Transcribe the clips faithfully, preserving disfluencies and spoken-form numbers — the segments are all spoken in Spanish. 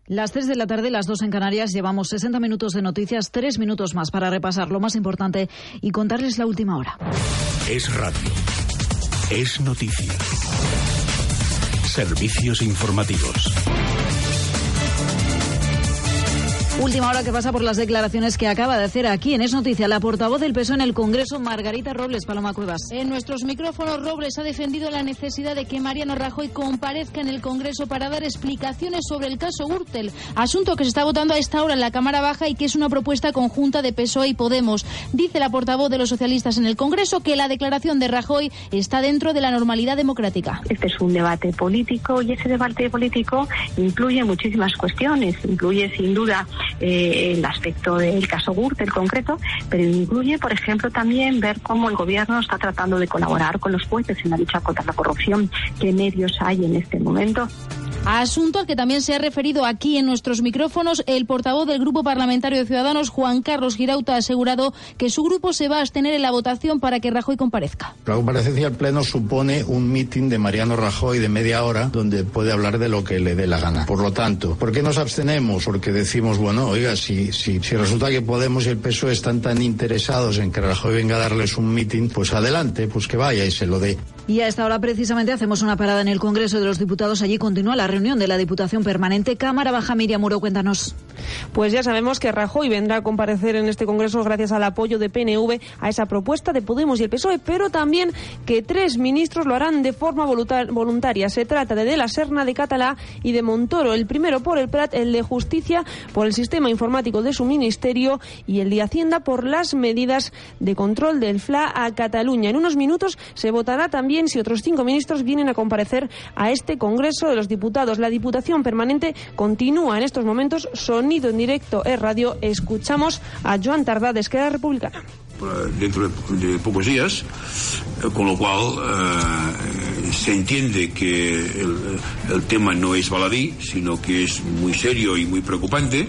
Las tres de la tarde, las dos en Canarias, llevamos sesenta minutos de noticias, tres minutos más para repasar lo más importante y contarles la última hora. Es radio. Es noticia. Servicios informativos. Última hora que pasa por las declaraciones que acaba de hacer aquí en Es Noticia la portavoz del P S O E en el Congreso, Margarita Robles. Paloma Cuevas. En nuestros micrófonos, Robles ha defendido la necesidad de que Mariano Rajoy comparezca en el Congreso para dar explicaciones sobre el caso Gürtel, asunto que se está votando a esta hora en la Cámara Baja y que es una propuesta conjunta de P S O E y Podemos. Dice la portavoz de los socialistas en el Congreso que la declaración de Rajoy está dentro de la normalidad democrática. Este es un debate político y ese debate político incluye muchísimas cuestiones, incluye sin duda Eh, el aspecto del caso Gürtel concreto, pero incluye, por ejemplo, también ver cómo el gobierno está tratando de colaborar con los jueces en la lucha contra la corrupción, qué medios hay en este momento. Asunto al que también se ha referido aquí en nuestros micrófonos el portavoz del Grupo Parlamentario de Ciudadanos, Juan Carlos Girauta, ha asegurado que su grupo se va a abstener en la votación para que Rajoy comparezca. La comparecencia al Pleno supone un mitin de Mariano Rajoy de media hora donde puede hablar de lo que le dé la gana. Por lo tanto, ¿por qué nos abstenemos? Porque decimos, bueno, oiga, si, si, si resulta que Podemos y el P S O E están tan interesados en que Rajoy venga a darles un mitin, pues adelante, pues que vaya y se lo dé. Y a esta hora precisamente hacemos una parada en el Congreso de los Diputados. Allí continúa la reunión de la Diputación Permanente. Cámara Baja, Miriam Muro, cuéntanos. Pues ya sabemos que Rajoy vendrá a comparecer en este Congreso gracias al apoyo de P N V a esa propuesta de Podemos y el P S O E, pero también que tres ministros lo harán de forma voluntaria. Se trata de De la Serna, de Catalá y de Montoro. El primero por el Prat, el de Justicia por el sistema informático de su ministerio y el de Hacienda por las medidas de control del F L A a Cataluña. En unos minutos se votará también si otros cinco ministros vienen a comparecer a este Congreso de los Diputados. La Diputación Permanente continúa en estos momentos. Sonido en directo es radio. Escuchamos a Joan Tardá, de Esquerra Republicana. Dentro de, de pocos días, con lo cual eh, se entiende que el, el tema no es baladí, sino que es muy serio y muy preocupante.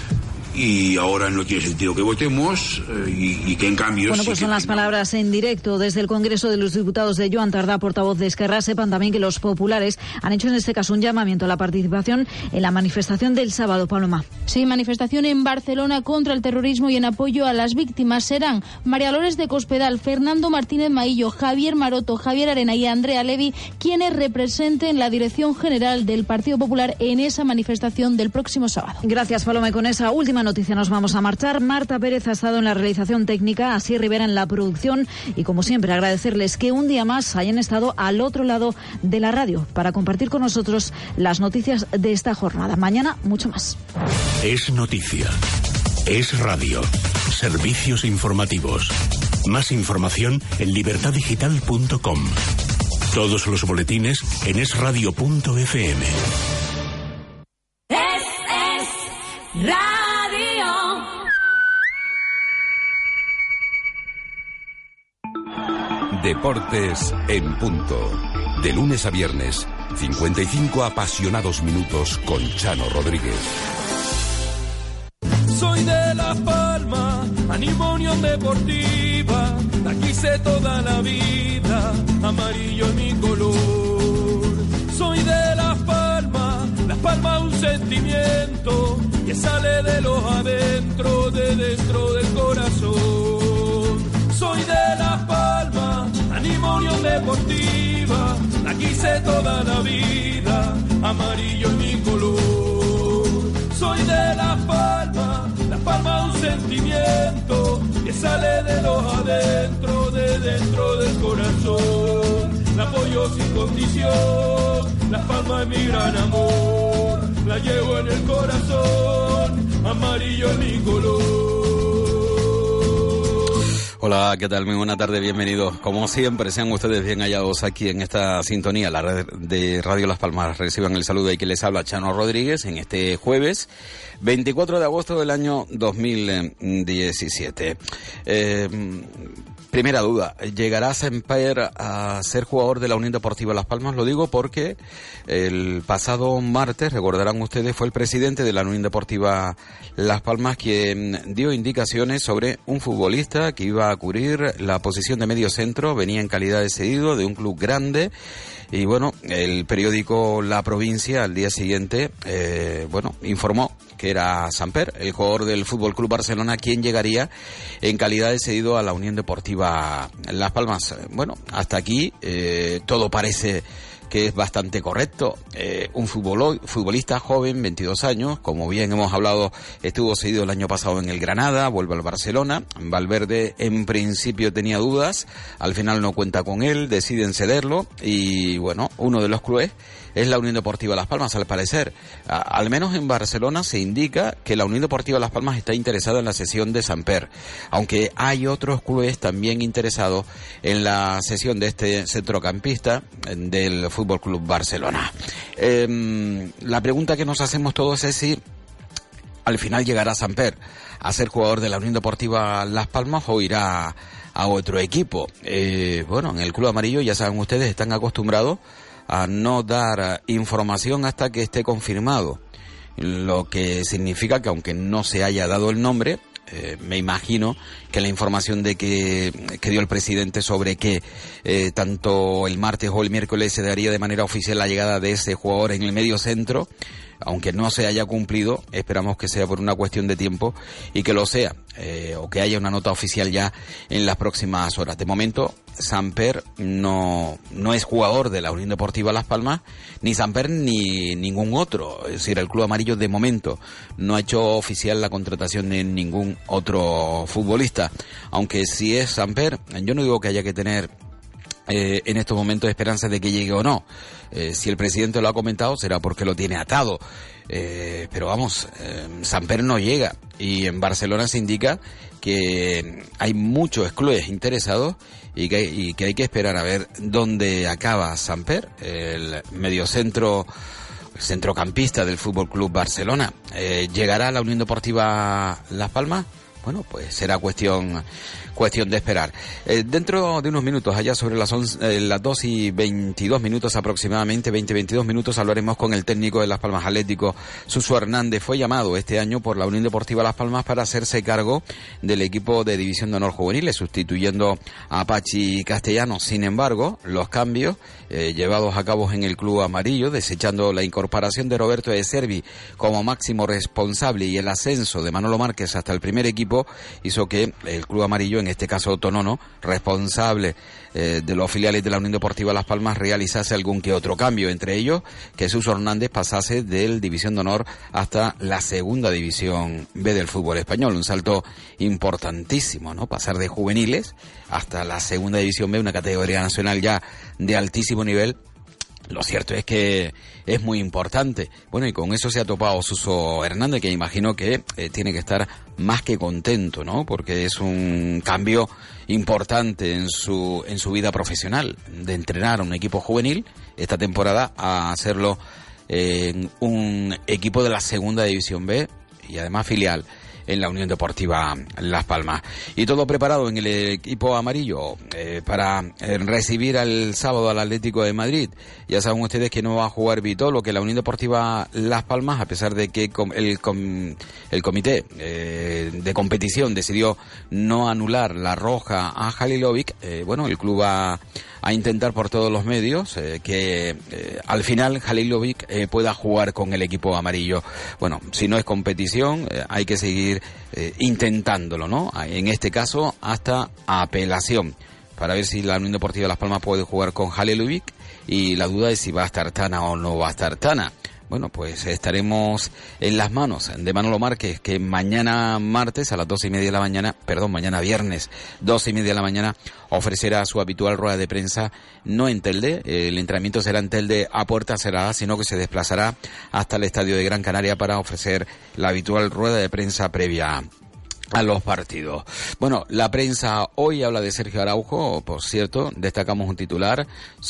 Y ahora no tiene sentido que votemos eh, y, y que en cambio... Bueno, pues sí son que... las palabras en directo desde el Congreso de los Diputados de Joan Tardá, portavoz de Esquerra. Sepan también que los populares han hecho en este caso un llamamiento a la participación en la manifestación del sábado, Paloma. Sí, manifestación en Barcelona contra el terrorismo y en apoyo a las víctimas. Serán María Lores de Cospedal, Fernando Martínez Maillo, Javier Maroto, Javier Arena y Andrea Levy quienes representen la dirección general del Partido Popular en esa manifestación del próximo sábado. Gracias, Paloma. Y con esa última noticia nos vamos a marchar. Marta Pérez ha estado en la realización técnica, así Rivera en la producción y como siempre agradecerles que un día más hayan estado al otro lado de la radio para compartir con nosotros las noticias de esta jornada. Mañana mucho más. Es noticia. Es radio. Servicios informativos. Más información en libertad digital punto com. Todos los boletines en es radio punto efe eme. Es, es radio. Deportes en punto. De lunes a viernes, cincuenta y cinco apasionados minutos con Chano Rodríguez. Soy de La Palma, animo Unión Deportiva, la quise toda la vida, amarillo es mi color. Soy de La Palma, La Palma un sentimiento que sale de los adentro, de dentro del corazón. Soy de La Palma, animo Unión Deportiva, la quise toda la vida, amarillo es mi color. Soy de La Palma, La Palma un sentimiento que sale de los adentro, de dentro del corazón. La apoyo sin condición, La Palma es mi gran amor, la llevo en el corazón, amarillo es mi color. Hola, ¿qué tal? Muy buena tarde, bienvenidos. Como siempre, sean ustedes bien hallados aquí en esta sintonía, la red de Radio Las Palmas. Reciban el saludo y que les habla Chano Rodríguez en este jueves veinticuatro de agosto del año dos mil diecisiete. Eh, Primera duda, ¿llegará Samper a ser jugador de la Unión Deportiva Las Palmas? Lo digo porque el pasado martes, recordarán ustedes, fue el presidente de la Unión Deportiva Las Palmas quien dio indicaciones sobre un futbolista que iba a cubrir la posición de medio centro, venía en calidad de cedido de un club grande. Y bueno, el periódico La Provincia al día siguiente, eh, bueno, informó que era Samper, el jugador del Fútbol Club Barcelona, quien llegaría en calidad de cedido a la Unión Deportiva Las Palmas. Bueno, hasta aquí eh, todo parece que es bastante correcto. Eh, un futbolo, futbolista joven, veintidós años, como bien hemos hablado, estuvo cedido el año pasado en el Granada, vuelve al Barcelona. Valverde en principio tenía dudas, al final no cuenta con él, deciden cederlo y bueno, uno de los clubes es la Unión Deportiva Las Palmas, al parecer. A, al menos en Barcelona se indica que la Unión Deportiva Las Palmas está interesada en la cesión de Samper, aunque hay otros clubes también interesados en la cesión de este centrocampista del Fútbol Club Barcelona. Eh, la pregunta que nos hacemos todos es si al final llegará Samper a ser jugador de la Unión Deportiva Las Palmas o irá a otro equipo. Eh, bueno, en el Club Amarillo, ya saben ustedes, están acostumbrados a no dar información hasta que esté confirmado, lo que significa que aunque no se haya dado el nombre, eh, me imagino que la información de que, que dio el presidente sobre que eh, tanto el martes o el miércoles se daría de manera oficial la llegada de ese jugador en el medio centro, aunque no se haya cumplido, esperamos que sea por una cuestión de tiempo y que lo sea, eh, o que haya una nota oficial ya en las próximas horas. De momento, Samper no, no es jugador de la Unión Deportiva Las Palmas, ni Samper ni ningún otro. Es decir, el Club Amarillo de momento no ha hecho oficial la contratación de ningún otro futbolista. Aunque si es Samper, yo no digo que haya que tener Eh, en estos momentos esperanza de que llegue o no. Eh, si el presidente lo ha comentado será porque lo tiene atado. Eh, pero vamos, eh, Samper no llega y en Barcelona se indica que hay muchos clubes interesados y que, y que hay que esperar a ver dónde acaba Samper, el mediocentro, el centrocampista del Fútbol Club Barcelona. Eh, ¿Llegará a la Unión Deportiva Las Palmas? Bueno, pues será cuestión cuestión de esperar. Eh, dentro de unos minutos, allá sobre las, once, eh, las dos y veintidós minutos aproximadamente, veinte, veintidós minutos, hablaremos con el técnico de Las Palmas Atlético, Suso Hernández. Fue llamado este año por la Unión Deportiva Las Palmas para hacerse cargo del equipo de División de Honor Juveniles, sustituyendo a Pachi Castellano. Sin embargo, los cambios eh, llevados a cabo en el Club Amarillo, desechando la incorporación de Roberto de Servi como máximo responsable y el ascenso de Manolo Márquez hasta el primer equipo, hizo que el Club Amarillo, en este caso Tonono, responsable eh, de los filiales de la Unión Deportiva Las Palmas, realizase algún que otro cambio, entre ellos que Suso Hernández pasase del División de Honor hasta la Segunda División B del fútbol español, un salto importantísimo, ¿no? Pasar de juveniles hasta la Segunda División B, una categoría nacional ya de altísimo nivel. Lo cierto es que es muy importante. Bueno, y con eso se ha topado Suso Hernández, que imagino que eh, tiene que estar más que contento, ¿no? Porque es un cambio importante en su en su vida profesional, de entrenar a un equipo juvenil esta temporada a hacerlo en un equipo de la Segunda División B y además filial en la Unión Deportiva Las Palmas. Y todo preparado en el equipo amarillo eh, para eh, recibir al sábado al Atlético de Madrid. Ya saben ustedes que no va a jugar Vitolo, que la Unión Deportiva Las Palmas, a pesar de que com- el, com- el comité eh, de competición decidió no anular la roja a Halilovic, eh, bueno, el club va a intentar por todos los medios eh, que eh, al final Halilovic eh, pueda jugar con el equipo amarillo. Bueno, si no es competición, eh, hay que seguir eh, intentándolo, ¿no? En este caso, hasta apelación, para ver si la Unión Deportiva Las Palmas puede jugar con Halilovic, y la duda es si va a estar Tana o no va a estar Tana. Bueno, pues estaremos en las manos de Manolo Márquez, que mañana martes a las doce y media de la mañana, perdón, mañana viernes, doce y media de la mañana, ofrecerá su habitual rueda de prensa, no en Telde, el entrenamiento será en Telde a puerta cerrada, sino que se desplazará hasta el Estadio de Gran Canaria para ofrecer la habitual rueda de prensa previa a los partidos. Bueno, la prensa hoy habla de Sergio Araujo, por cierto, destacamos un titular: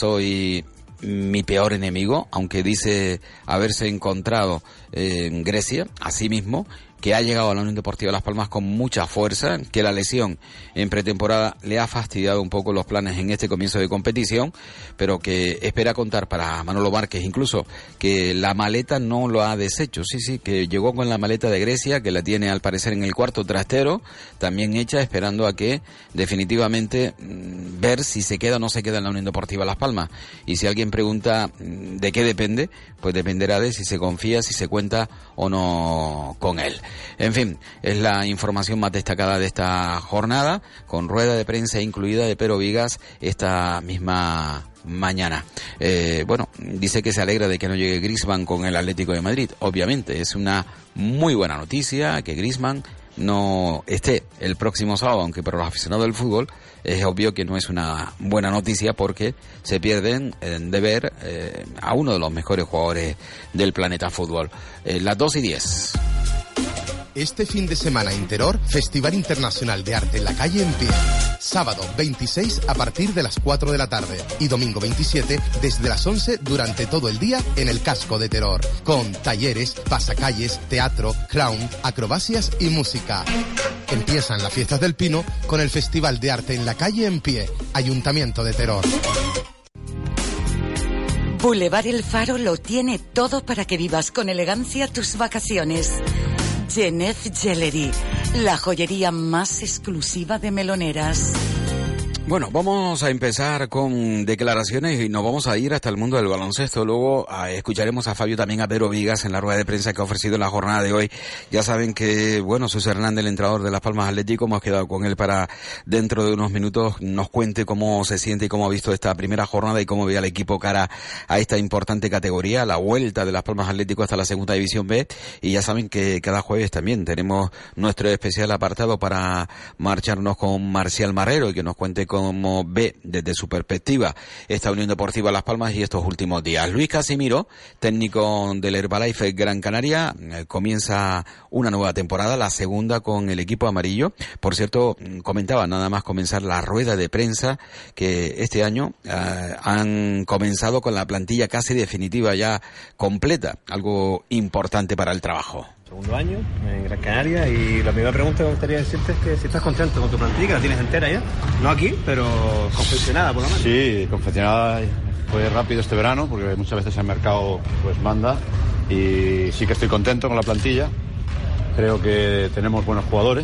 soy mi peor enemigo, aunque dice haberse encontrado en Grecia, asimismo, que ha llegado a la Unión Deportiva Las Palmas con mucha fuerza, que la lesión en pretemporada le ha fastidiado un poco los planes en este comienzo de competición, pero que espera contar para Manolo Márquez, incluso que la maleta no lo ha deshecho, sí, sí, que llegó con la maleta de Grecia, que la tiene al parecer en el cuarto trastero, también hecha, esperando a que definitivamente mmm, ver si se queda o no se queda en la Unión Deportiva Las Palmas. Y si alguien pregunta mmm, de qué depende, pues dependerá de si se confía, si se cuenta o no con él. En fin, es la información más destacada de esta jornada, con rueda de prensa incluida de Pero Vigas esta misma mañana. Eh, bueno, dice que se alegra de que no llegue Griezmann con el Atlético de Madrid. Obviamente, es una muy buena noticia que Griezmann no esté el próximo sábado, aunque para los aficionados del fútbol es obvio que no es una buena noticia porque se pierden eh, de ver eh, a uno de los mejores jugadores del planeta fútbol. Eh, las dos y diez. Este fin de semana en Teror, Festival Internacional de Arte en la Calle en Pie. Sábado veintiséis a partir de las cuatro de la tarde y domingo veintisiete desde las once durante todo el día en el casco de Teror, con talleres, pasacalles, teatro, clown, acrobacias y música. Empiezan las fiestas del Pino con el Festival de Arte en la Calle en Pie, Ayuntamiento de Teror. Boulevard El Faro lo tiene todo para que vivas con elegancia tus vacaciones. Genève Jewelry, la joyería más exclusiva de Meloneras. Bueno, vamos a empezar con declaraciones y nos vamos a ir hasta el mundo del baloncesto. Luego a, escucharemos a Fabio, también a Pero Vigas en la rueda de prensa que ha ofrecido en la jornada de hoy. Ya saben que, bueno, Jesús Hernández, el entrenador de Las Palmas Atlético, hemos quedado con él para dentro de unos minutos nos cuente cómo se siente y cómo ha visto esta primera jornada y cómo ve al equipo cara a esta importante categoría, la vuelta de Las Palmas Atlético hasta la segunda división B. Y ya saben que cada jueves también tenemos nuestro especial apartado para marcharnos con Marcial Marrero y que nos cuente cómo ve desde su perspectiva esta Unión Deportiva Las Palmas y estos últimos días. Luis Casimiro, técnico del Herbalife Gran Canaria, eh, comienza una nueva temporada, la segunda con el equipo amarillo. Por cierto, comentaba nada más comenzar la rueda de prensa que este año eh, han comenzado con la plantilla casi definitiva ya completa, algo importante para el trabajo. Segundo año en Gran Canaria y la primera pregunta que me gustaría decirte es que si estás contento con tu plantilla, que la tienes entera ya, no aquí, pero confeccionada por lo menos. Sí, confeccionada fue rápido este verano porque muchas veces el mercado pues manda y sí que estoy contento con la plantilla, creo que tenemos buenos jugadores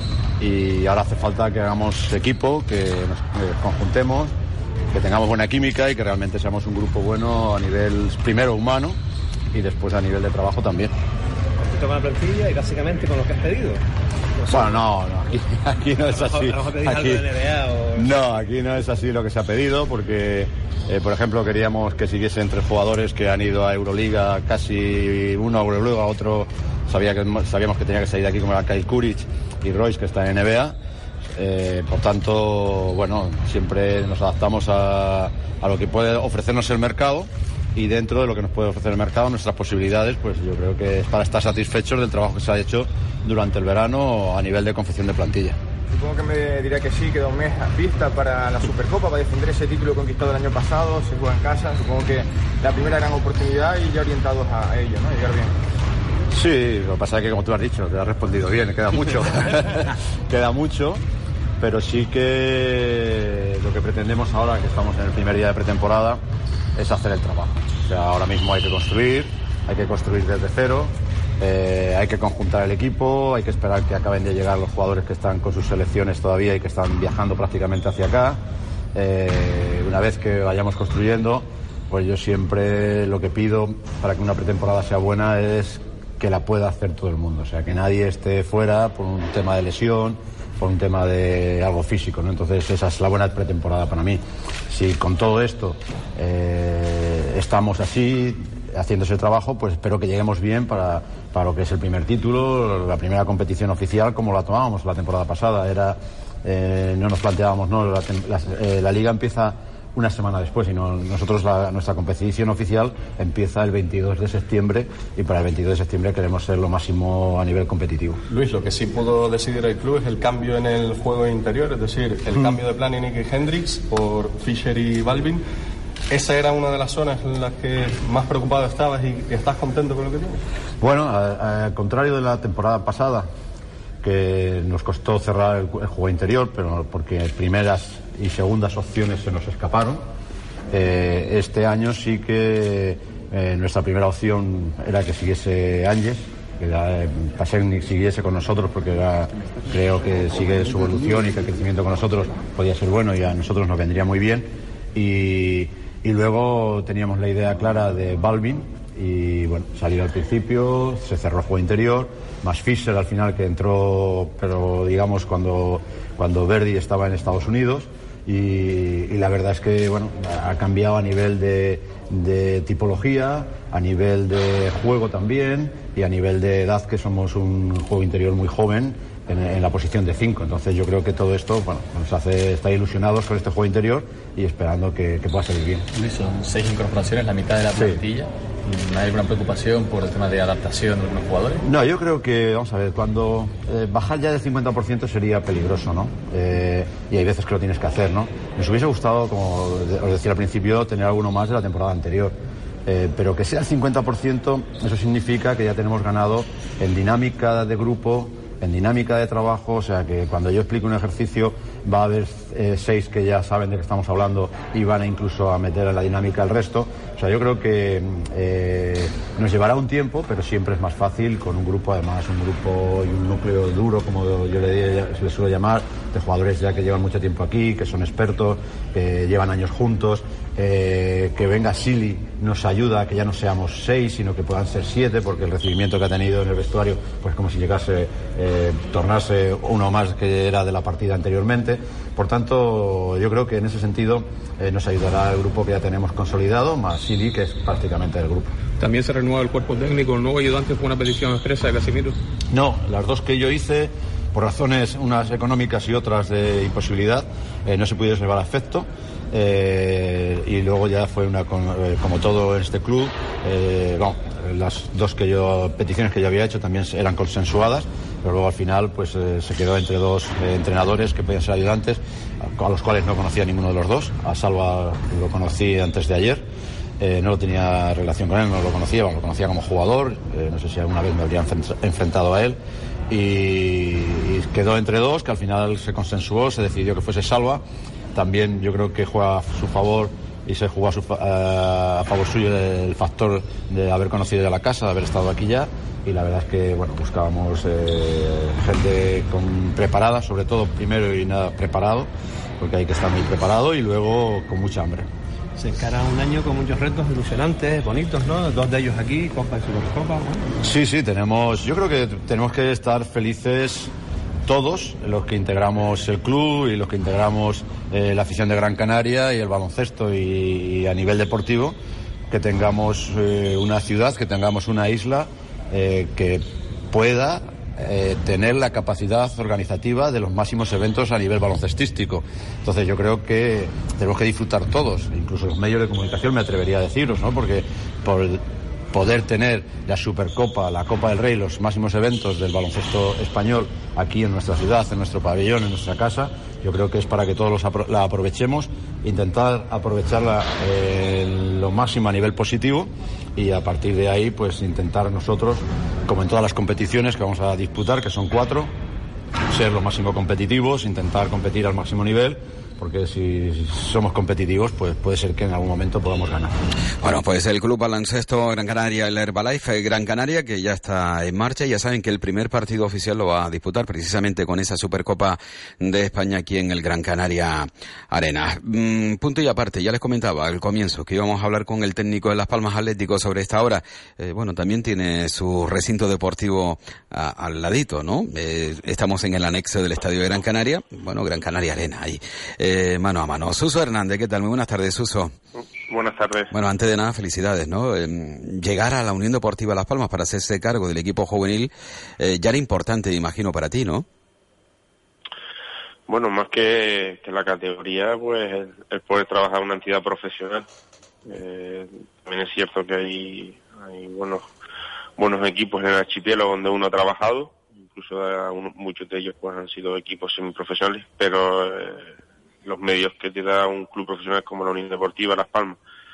y ahora hace falta que hagamos equipo, que nos que conjuntemos, que tengamos buena química y que realmente seamos un grupo bueno a nivel primero humano y después a nivel de trabajo también. Con la plantilla y básicamente con lo que has pedido. Bueno, no, no, aquí, aquí no es así. Aquí, N B A o... No, aquí no es así lo que se ha pedido, porque, eh, por ejemplo, queríamos que siguiesen tres jugadores que han ido a Euroliga, casi uno a Euroliga, otro sabía que, sabíamos que tenía que salir de aquí, como era Kyle Kuric y Royce, que está en N B A. Eh, por tanto, bueno, siempre nos adaptamos a, a lo que puede ofrecernos el mercado. Y dentro de lo que nos puede ofrecer el mercado, nuestras posibilidades, pues yo creo que es para estar satisfechos del trabajo que se ha hecho durante el verano a nivel de confección de plantilla. Supongo que me dirá que sí, queda un mes a vista para la Supercopa, para defender ese título conquistado el año pasado, se juega en casa, supongo que la primera gran oportunidad y ya orientados a, a ello, ¿no? Llegar bien. Sí, lo que pasa es que, como tú has dicho, te has respondido bien, queda mucho, queda mucho, pero sí que lo que pretendemos ahora, que estamos en el primer día de pretemporada, es hacer el trabajo. O sea, ahora mismo hay que construir, hay que construir desde cero, eh, hay que conjuntar el equipo, hay que esperar que acaben de llegar los jugadores que están con sus selecciones todavía y que están viajando prácticamente hacia acá. Eh, una vez que vayamos construyendo, pues yo siempre lo que pido para que una pretemporada sea buena es que la pueda hacer todo el mundo. O sea, que nadie esté fuera por un tema de lesión, por un tema de algo físico, ¿no? Entonces esa es la buena pretemporada para mí. Si con todo esto eh, estamos así, haciendo ese trabajo, pues espero que lleguemos bien para, para lo que es el primer título, la primera competición oficial, como la tomábamos la temporada pasada. Era, eh, no nos planteábamos, no, la, la, eh, la liga empieza una semana después, y no, nosotros la, nuestra competición oficial empieza el veintidós de septiembre y para el veintidós de septiembre queremos ser lo máximo a nivel competitivo. Luis, lo que sí pudo decidir el club es el cambio en el juego interior, es decir, el mm. cambio de plan en Nicky Hendricks por Fisher y Balvin. ¿Esa era una de las zonas en las que más preocupado estabas y estás contento con lo que tienes? Bueno, al contrario de la temporada pasada, que nos costó cerrar el, el juego interior, pero porque primeras y segundas opciones se nos escaparon, eh, este año sí que eh, nuestra primera opción era que siguiese Ángel, que la, eh, Pasecnik siguiese con nosotros, porque era, creo que sigue su evolución y que el crecimiento con nosotros podía ser bueno y a nosotros nos vendría muy bien. Y, y luego teníamos la idea clara de Balvin y bueno, salir al principio, se cerró el juego interior, más Fischer al final, que entró, pero digamos cuando, cuando Verdi estaba en Estados Unidos. Y, y la verdad es que bueno, ha cambiado a nivel de, de tipología, a nivel de juego también y a nivel de edad, que somos un juego interior muy joven en, en la posición de cinco. Entonces yo creo que todo esto bueno, nos hace estar ilusionados con este juego interior y esperando que, que pueda salir bien. Luis, son seis incorporaciones, la mitad de la plantilla. Sí. ¿Hay alguna preocupación por el tema de adaptación de algunos jugadores? No, yo creo que, vamos a ver, cuando eh, bajar ya del cincuenta por ciento sería peligroso, ¿no? Eh, y hay veces que lo tienes que hacer, ¿no? Nos hubiese gustado, como os decía al principio, tener alguno más de la temporada anterior. Eh, pero que sea el cincuenta por ciento, eso significa que ya tenemos ganado en dinámica de grupo, en dinámica de trabajo, o sea que cuando yo explique un ejercicio va a haber eh, seis que ya saben de qué estamos hablando y van a incluso a meter en la dinámica el resto. O sea, yo creo que eh, nos llevará un tiempo, pero siempre es más fácil con un grupo, además un grupo y un núcleo duro, como yo le, le suelo llamar, de jugadores ya que llevan mucho tiempo aquí, que son expertos, que llevan años juntos. Eh, que venga Silly nos ayuda a que ya no seamos seis, sino que puedan ser siete, porque el recibimiento que ha tenido en el vestuario, pues como si llegase, eh, tornarse uno más que era de la partida anteriormente. Por tanto, yo creo que en ese sentido eh, nos ayudará el grupo que ya tenemos consolidado, más Silly, que es prácticamente el grupo. ¿También se renueva el cuerpo técnico, el nuevo ayudante, fue una petición expresa de Casimiro? No, las dos que yo hice, por razones unas económicas y otras de imposibilidad, eh, no se pudieron llevar a efecto. Eh, y luego ya fue una eh, como todo en este club, eh, bueno, las dos que yo peticiones que yo había hecho también eran consensuadas, pero luego al final pues eh, se quedó entre dos eh, entrenadores que podían ser ayudantes, a, a los cuales no conocía ninguno de los dos. A Salva lo conocí antes de ayer, eh, no tenía relación con él, no lo conocía, bueno, lo conocía como jugador, eh, no sé si alguna vez me habría enfrentado a él. Y, y quedó entre dos, que al final se consensuó, se decidió que fuese Salva. También yo creo que juega a su favor y se jugó a, su, a, a favor suyo el factor de haber conocido ya la casa, de haber estado aquí ya, y la verdad es que bueno, buscábamos eh, gente con, preparada, sobre todo primero y nada preparado, porque hay que estar muy preparado, y luego con mucha hambre. Se encara un año con muchos retos ilusionantes, bonitos, ¿no? Dos de ellos aquí, Copa y Supercopa, ¿no? Sí, sí, tenemos, yo creo que tenemos que estar felices todos los que integramos el club y los que integramos eh, la afición de Gran Canaria y el baloncesto, y, y a nivel deportivo, que tengamos eh, una ciudad, que tengamos una isla eh, que pueda eh, tener la capacidad organizativa de los máximos eventos a nivel baloncestístico. Entonces yo creo que tenemos que disfrutar todos, incluso los medios de comunicación, me atrevería a deciros, ¿no? Porque por poder tener la Supercopa, la Copa del Rey, los máximos eventos del baloncesto español aquí en nuestra ciudad, en nuestro pabellón, en nuestra casa, yo creo que es para que todos los apro- la aprovechemos, intentar aprovecharla eh, lo máximo a nivel positivo, y a partir de ahí pues intentar nosotros, como en todas las competiciones que vamos a disputar, que son cuatro, ser lo máximo competitivos, intentar competir al máximo nivel, porque si somos competitivos, pues puede ser que en algún momento podamos ganar. Bueno, pues el Club Baloncesto Gran Canaria, el Herbalife Gran Canaria, que ya está en marcha. Ya saben que el primer partido oficial lo va a disputar precisamente con esa Supercopa de España aquí en el Gran Canaria Arena. Mm, punto y aparte, ya les comentaba al comienzo que íbamos a hablar con el técnico de Las Palmas Atlético sobre esta hora. Eh, bueno, también tiene su recinto deportivo a, al ladito, ¿no? Eh, estamos en el anexo del Estadio de Gran Canaria, bueno, Gran Canaria Arena, ahí. Eh, Eh, mano a mano. Suso Hernández, ¿qué tal? Muy buenas tardes, Suso. Buenas tardes. Bueno, antes de nada, felicidades, ¿no? Eh, llegar a la Unión Deportiva Las Palmas para hacerse cargo del equipo juvenil eh, ya era importante, imagino, para ti, ¿no? Bueno, más que, que la categoría, pues el, el poder trabajar en una entidad profesional. Eh, también es cierto que hay, hay buenos, buenos equipos en el archipiélago donde uno ha trabajado, incluso uno, muchos de ellos pues han sido equipos semiprofesionales, pero eh, los medios que te da un club profesional como la Unión Deportiva Las Palmas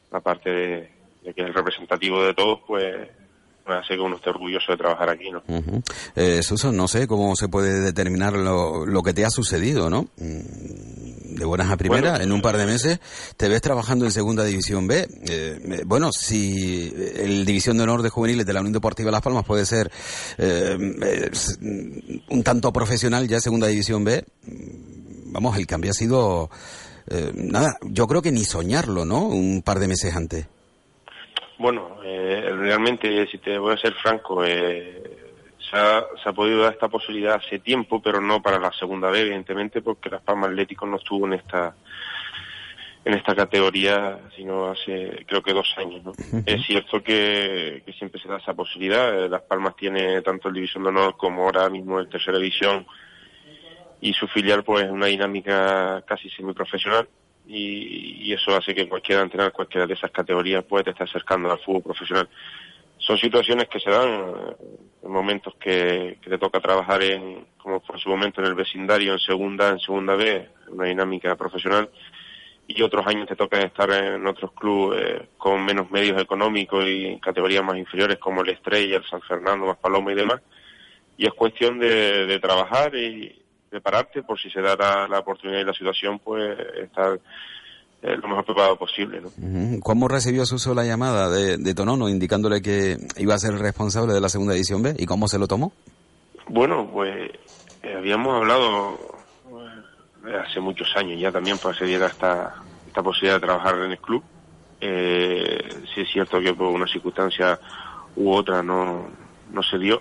aparte de, de que es el representativo de todos, pues me hace que uno esté orgulloso de trabajar aquí, ¿no? Uh-huh. eh, Suso, no sé cómo se puede determinar lo, lo que te ha sucedido, ¿no? De buenas a primeras, bueno, en un par de meses te ves trabajando en Segunda División B. Eh, bueno, si el División de Honor de Juveniles de la Unión Deportiva Las Palmas puede ser eh, eh, un tanto profesional, ya Segunda División B, vamos, el cambio ha sido, eh, nada, yo creo que ni soñarlo, ¿no? Un par de meses antes. Bueno, eh, realmente, si te voy a ser franco, eh, se, ha, se ha podido dar esta posibilidad hace tiempo, pero no para la segunda B, evidentemente, porque Las Palmas Atlético no estuvo en esta en esta categoría, sino hace creo que dos años, ¿no? Uh-huh. Es cierto que, que siempre se da esa posibilidad. Las Palmas tiene tanto el División de Honor como ahora mismo el Tercera División, y su filial pues una dinámica casi semiprofesional. Y, y eso hace que cualquiera entrenar cualquiera de esas categorías pueda te estar acercando al fútbol profesional. Son situaciones que se dan en momentos que, que te toca trabajar en, como fue en su momento en el vecindario, en segunda, en segunda B, una dinámica profesional, y otros años te toca estar en otros clubes eh, con menos medios económicos y en categorías más inferiores como el Estrella, el San Fernando, Maspalomas y demás. Y es cuestión de, de trabajar y prepararte por si se da la, la oportunidad y la situación, pues estar eh, lo mejor preparado posible, ¿no? ¿Cómo recibió Suso la llamada de, de Tonono indicándole que iba a ser el responsable de la Segunda División B y cómo se lo tomó? Bueno, pues eh, habíamos hablado eh, hace muchos años ya también para que se diera esta, esta posibilidad de trabajar en el club. Eh, sí es cierto que por una circunstancia u otra no, no se dio.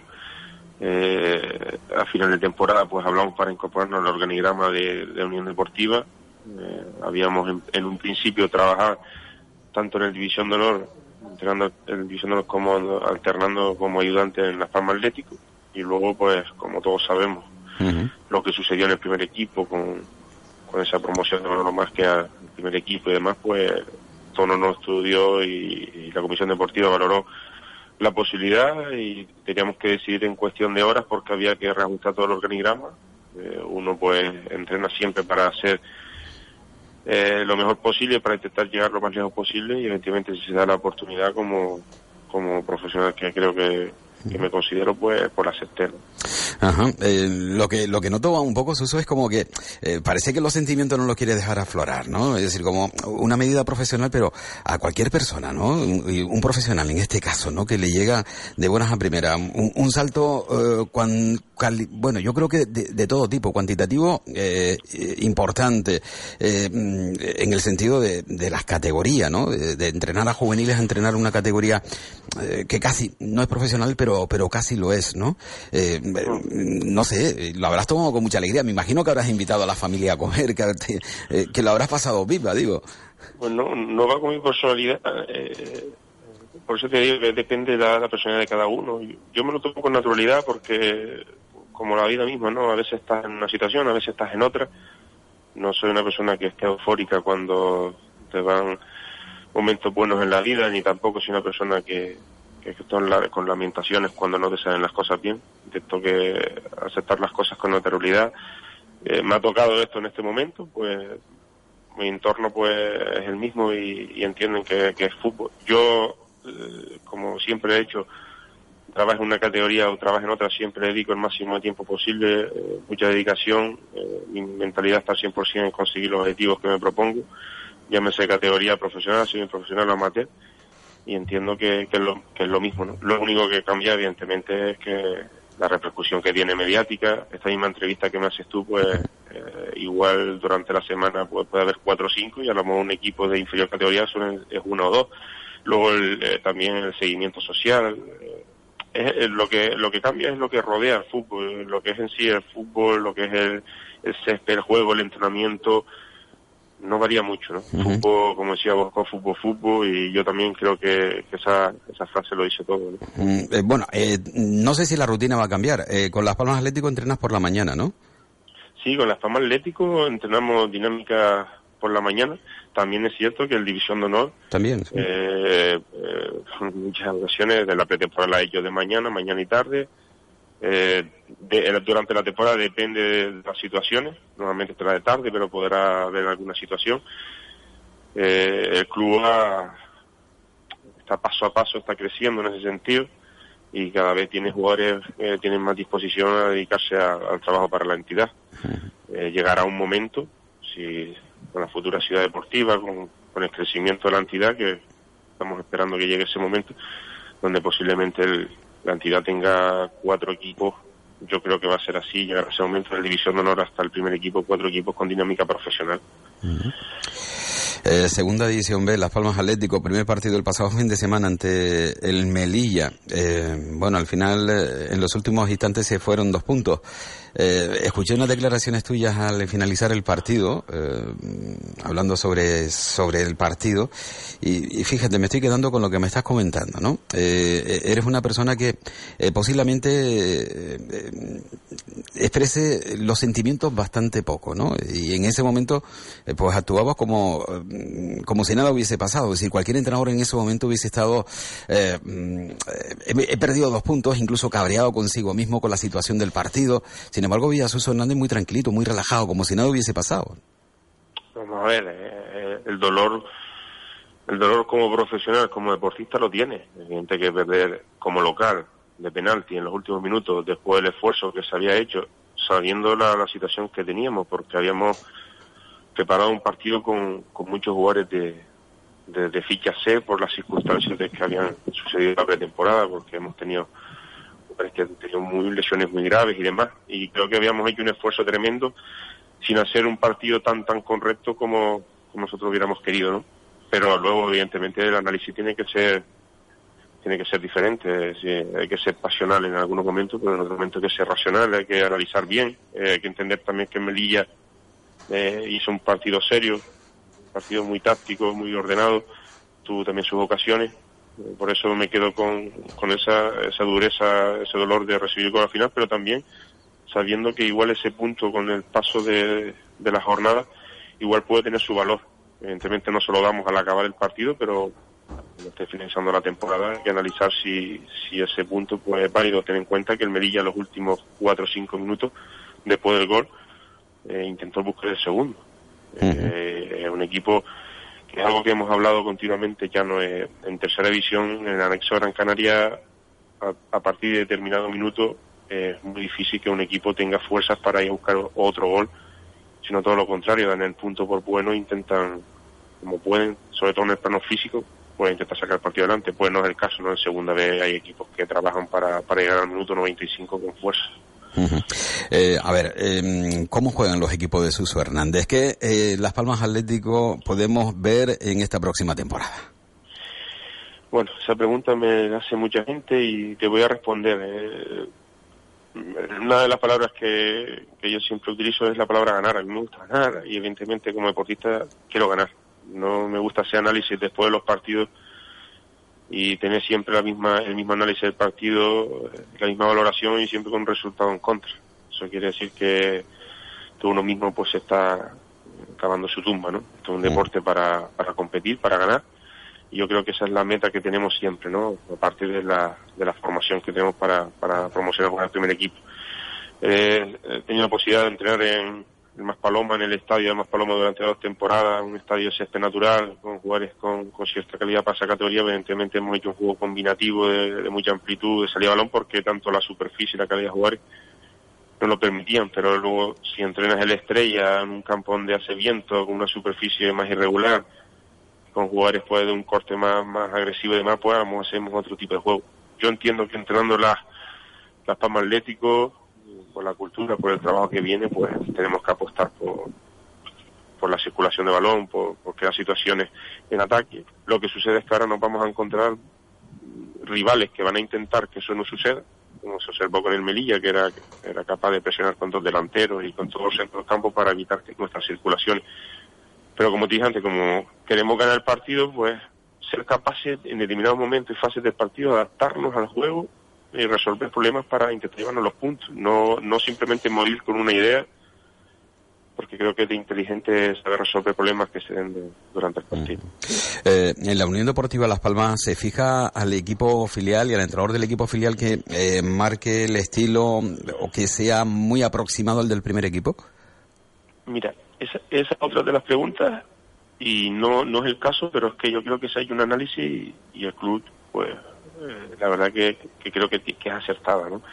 Eh, a final de temporada pues hablamos para incorporarnos al organigrama de, de Unión Deportiva. Eh, habíamos en, en un principio trabajado tanto en el División de Honor, entrenando en el División de Honor como alternando como ayudante en Las Palmas Atlético, y luego pues como todos sabemos uh-huh. lo que sucedió en el primer equipo con, con esa promoción de Manolo Márquez al primer equipo y demás, pues todo no estudió y, y la Comisión Deportiva valoró la posibilidad y teníamos que decidir en cuestión de horas porque había que reajustar todo el organigrama. Eh, uno pues entrena siempre para hacer eh, lo mejor posible, para intentar llegar lo más lejos posible, y evidentemente si se da la oportunidad como, como profesional que creo que, que me considero, pues por aceptar. Ajá. Eh, lo que lo que noto un poco, Suso, es como que eh, parece que los sentimientos no los quiere dejar aflorar, ¿no? Es decir, como una medida profesional, pero a cualquier persona, ¿no? Un, un profesional, en este caso, ¿no? Que le llega de buenas a primeras. Un, un salto, eh, cuan, cali, bueno, yo creo que de, de todo tipo, cuantitativo, eh, importante, eh, en el sentido de, de las categorías, ¿no? De, de entrenar a juveniles a entrenar una categoría eh, que casi no es profesional, pero pero casi lo es, ¿no? Eh, no sé, lo habrás tomado con mucha alegría. Me imagino que habrás invitado a la familia a comer, que, eh, que lo habrás pasado viva, digo. Pues no, no va con mi personalidad. Eh, por eso te digo que depende de la, la personalidad de cada uno. Yo, yo me lo tomo con naturalidad porque, como la vida misma, ¿no? A veces estás en una situación, a veces estás en otra. No soy una persona que esté eufórica cuando te van momentos buenos en la vida, ni tampoco soy una persona que... que estoy con lamentaciones cuando no te salen las cosas bien. Intento que aceptar las cosas con naturalidad. Eh, me ha tocado esto en este momento, pues mi entorno pues es el mismo y, y entienden que, que es fútbol. Yo, eh, como siempre he hecho, trabajo en una categoría o trabajo en otra, siempre dedico el máximo de tiempo posible, eh, mucha dedicación, eh, mi mentalidad está al cien por ciento en conseguir los objetivos que me propongo, llámese categoría profesional, semiprofesional o amateur, y entiendo que, que, es lo, que es lo mismo, ¿no? Lo único que cambia, evidentemente, es que la repercusión que tiene mediática, esta misma entrevista que me haces tú, pues eh, igual durante la semana pues, puede haber cuatro o cinco, y a lo mejor un equipo de inferior categoría son, es uno o dos. Luego el, eh, también el seguimiento social. Eh, es, es lo que lo que cambia es lo que rodea el fútbol, lo que es en sí el fútbol, lo que es el, el césped, el juego, el entrenamiento. No varía mucho, ¿no? Uh-huh. Fútbol, como decía Bosco, fútbol, fútbol, y yo también creo que, que esa, esa frase lo dice todo, ¿no? Mm, eh, bueno, eh, no sé si la rutina va a cambiar. Eh, con Las Palmas Atlético entrenas por la mañana, ¿no? Sí, con Las Palmas Atlético entrenamos dinámica por la mañana. También es cierto que el División de Honor... También, sí. Eh, eh, muchas ocasiones de la pretemporada la he hecho de mañana, mañana y tarde. Eh, de, durante la temporada depende de las situaciones, normalmente será de tarde, pero podrá haber alguna situación. Eh, el club ha, está paso a paso, está creciendo en ese sentido y cada vez tiene jugadores que tienen más disposición a dedicarse a, al trabajo para la entidad. Eh, llegará un momento, si con la futura ciudad deportiva, con, con el crecimiento de la entidad, que estamos esperando que llegue ese momento, donde posiblemente el, la entidad tenga cuatro equipos. Yo creo que va a ser así, llegar a ese momento de la división de honor hasta el primer equipo, cuatro equipos con dinámica profesional. Uh-huh. Eh, segunda división B, Las Palmas Atlético, primer partido el pasado fin de semana ante el Melilla. Eh, bueno, al final, eh, en los últimos instantes se fueron dos puntos. Eh, escuché unas declaraciones tuyas al finalizar el partido, eh, hablando sobre sobre el partido, y, y fíjate, me estoy quedando con lo que me estás comentando, ¿no? Eh, eres una persona que eh, posiblemente eh, eh, exprese los sentimientos bastante poco, ¿no? Y en ese momento, eh, pues actuabas como como si nada hubiese pasado. Es decir, cualquier entrenador en ese momento hubiese estado eh, he, he perdido dos puntos, incluso cabreado consigo mismo con la situación del partido. Sin embargo, vi a Suso Hernández muy tranquilito, muy relajado, como si nada hubiese pasado. Vamos a ver, eh, el dolor el dolor como profesional, como deportista lo tiene. Hay gente que perder como local de penalti en los últimos minutos, después del esfuerzo que se había hecho, sabiendo la, la situación que teníamos, porque habíamos preparado un partido con, con muchos jugadores de, de, de ficha C por las circunstancias de que habían sucedido en la pretemporada, porque hemos tenido jugadores que han tenido muy, lesiones muy graves y demás, y creo que habíamos hecho un esfuerzo tremendo sin hacer un partido tan tan correcto como, como nosotros hubiéramos querido, ¿no? Pero luego, evidentemente, el análisis tiene que ser tiene que ser diferente. Sí, hay que ser pasional en algunos momentos, pero en otros momentos hay que ser racional, hay que analizar bien, eh, hay que entender también que Melilla Eh, hizo un partido serio, un partido muy táctico, muy ordenado, tuvo también sus ocasiones, eh, por eso me quedo con, con esa, esa dureza, ese dolor de recibir el gol al final, pero también sabiendo que igual ese punto con el paso de, de la jornada igual puede tener su valor. Evidentemente no se lo damos al acabar el partido, pero cuando esté finalizando la temporada hay que analizar si, si ese punto pues, es válido. Ten en cuenta que el Melilla en los últimos cuatro o cinco minutos después del gol Eh, intentó buscar el segundo. Uh-huh. Eh, es un equipo que es algo que hemos hablado continuamente, ya no es en tercera división, en el anexo Gran Canaria, a, a partir de determinado minuto eh, es muy difícil que un equipo tenga fuerzas para ir a buscar otro gol, sino todo lo contrario, dan el punto por bueno, intentan como pueden, sobre todo en el plano físico, pueden intentar sacar el partido adelante. Pues no es el caso, ¿no? En segunda vez hay equipos que trabajan para, para llegar al minuto noventa y cinco con fuerza. Uh-huh. Eh, a ver, eh, ¿cómo juegan los equipos de Suso Hernández? ¿Qué eh, Las Palmas Atlético podemos ver en esta próxima temporada? Bueno, esa pregunta me la hace mucha gente y te voy a responder. Eh, una de las palabras que, que yo siempre utilizo es la palabra ganar. A mí me gusta ganar y evidentemente como deportista quiero ganar. No me gusta hacer análisis después de los partidos y tener siempre la misma el mismo análisis del partido, la misma valoración y siempre con un resultado en contra. Eso quiere decir que, que uno mismo pues está cavando su tumba, ¿no? Esto es un deporte para, para competir, para ganar, y yo creo que esa es la meta que tenemos siempre, ¿no? Aparte de la, de la formación que tenemos para, para promocionar con el primer equipo. Eh, he tenido la posibilidad de entrenar en el Maspaloma, en el estadio de Maspaloma durante dos temporadas, un estadio de césped natural, con jugadores con, con cierta calidad para esa categoría. Evidentemente hemos hecho un juego combinativo de, de mucha amplitud, de salida de balón, porque tanto la superficie y la calidad de jugadores no lo permitían, pero luego si entrenas el Estrella en un campo donde hace viento, con una superficie más irregular, con jugadores pues de un corte más, más agresivo y demás, pues hacemos otro tipo de juego. Yo entiendo que entrenando las, las Palmas Atlético, por la cultura, por el trabajo que viene, pues tenemos que apostar por, por la circulación de balón, por, por crear situaciones en ataque. Lo que sucede es que ahora nos vamos a encontrar rivales que van a intentar que eso no suceda, como se observó con el Melilla, que era, era capaz de presionar con dos delanteros y con todos los centros del campo para evitar que nuestras circulaciones. Pero como te dije antes, como queremos ganar el partido, pues ser capaces en determinados momentos y fases del partido de adaptarnos al juego y resolver problemas para intentar llevarnos los puntos, no no simplemente morir con una idea, porque creo que es de inteligente saber resolver problemas que se den de, durante el partido. Eh, en la Unión Deportiva Las Palmas se fija al equipo filial y al entrenador del equipo filial que eh, marque el estilo o que sea muy aproximado al del primer equipo. Mira, esa es otra de las preguntas y no no es el caso, pero es que yo creo que se ha hecho un análisis y, y el club, pues, eh, la verdad que, que creo que, que es acertada, ¿no?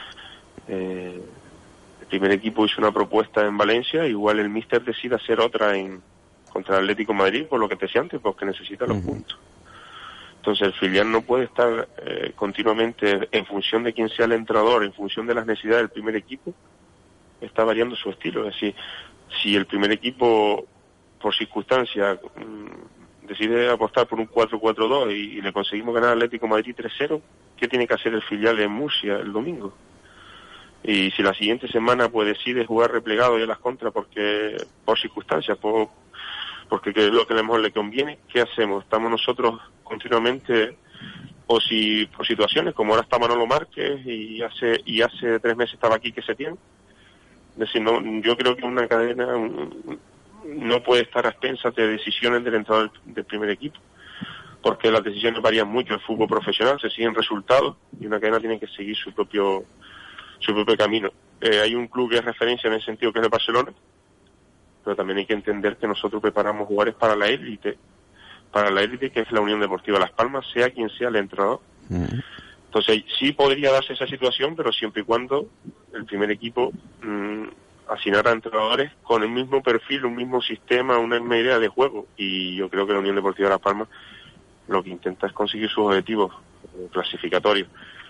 Eh, el primer equipo hizo una propuesta en Valencia, igual el míster decide hacer otra en contra el Atlético de Madrid, por lo que te decía antes, porque necesita los uh-huh. puntos. Entonces el filial no puede estar eh, continuamente en función de quién sea el entrenador, en función de las necesidades del primer equipo, está variando su estilo. Es decir, si el primer equipo, por circunstancias, mmm, decide apostar por un cuatro cuatro dos y, y le conseguimos ganar al Atlético de Madrid tres cero, ¿qué tiene que hacer el filial en Murcia el domingo? Y si la siguiente semana pues decide jugar replegado y a las contras porque por circunstancias, por, porque es lo que mejor le conviene, ¿qué hacemos? ¿Estamos nosotros continuamente, o si por situaciones, como ahora está Manolo Márquez y hace y hace tres meses estaba aquí que se tiene? Es decir, no, yo creo que una cadena un, no puede estar a expensas de decisiones del entrenador del, del primer equipo, porque las decisiones varían mucho. El fútbol profesional se siguen resultados y una cadena tiene que seguir su propio su propio camino. Eh, hay un club que es referencia en ese sentido, que es el Barcelona, pero también hay que entender que nosotros preparamos jugadores para la élite, para la élite que es la Unión Deportiva Las Palmas, sea quien sea el entrenador. Uh-huh. Entonces sí podría darse esa situación, pero siempre y cuando el primer equipo mmm, asignara a entrenadores con el mismo perfil, un mismo sistema, una misma idea de juego, y yo creo que la Unión Deportiva Las Palmas lo que intenta es conseguir sus objetivos eh, clasificatorios.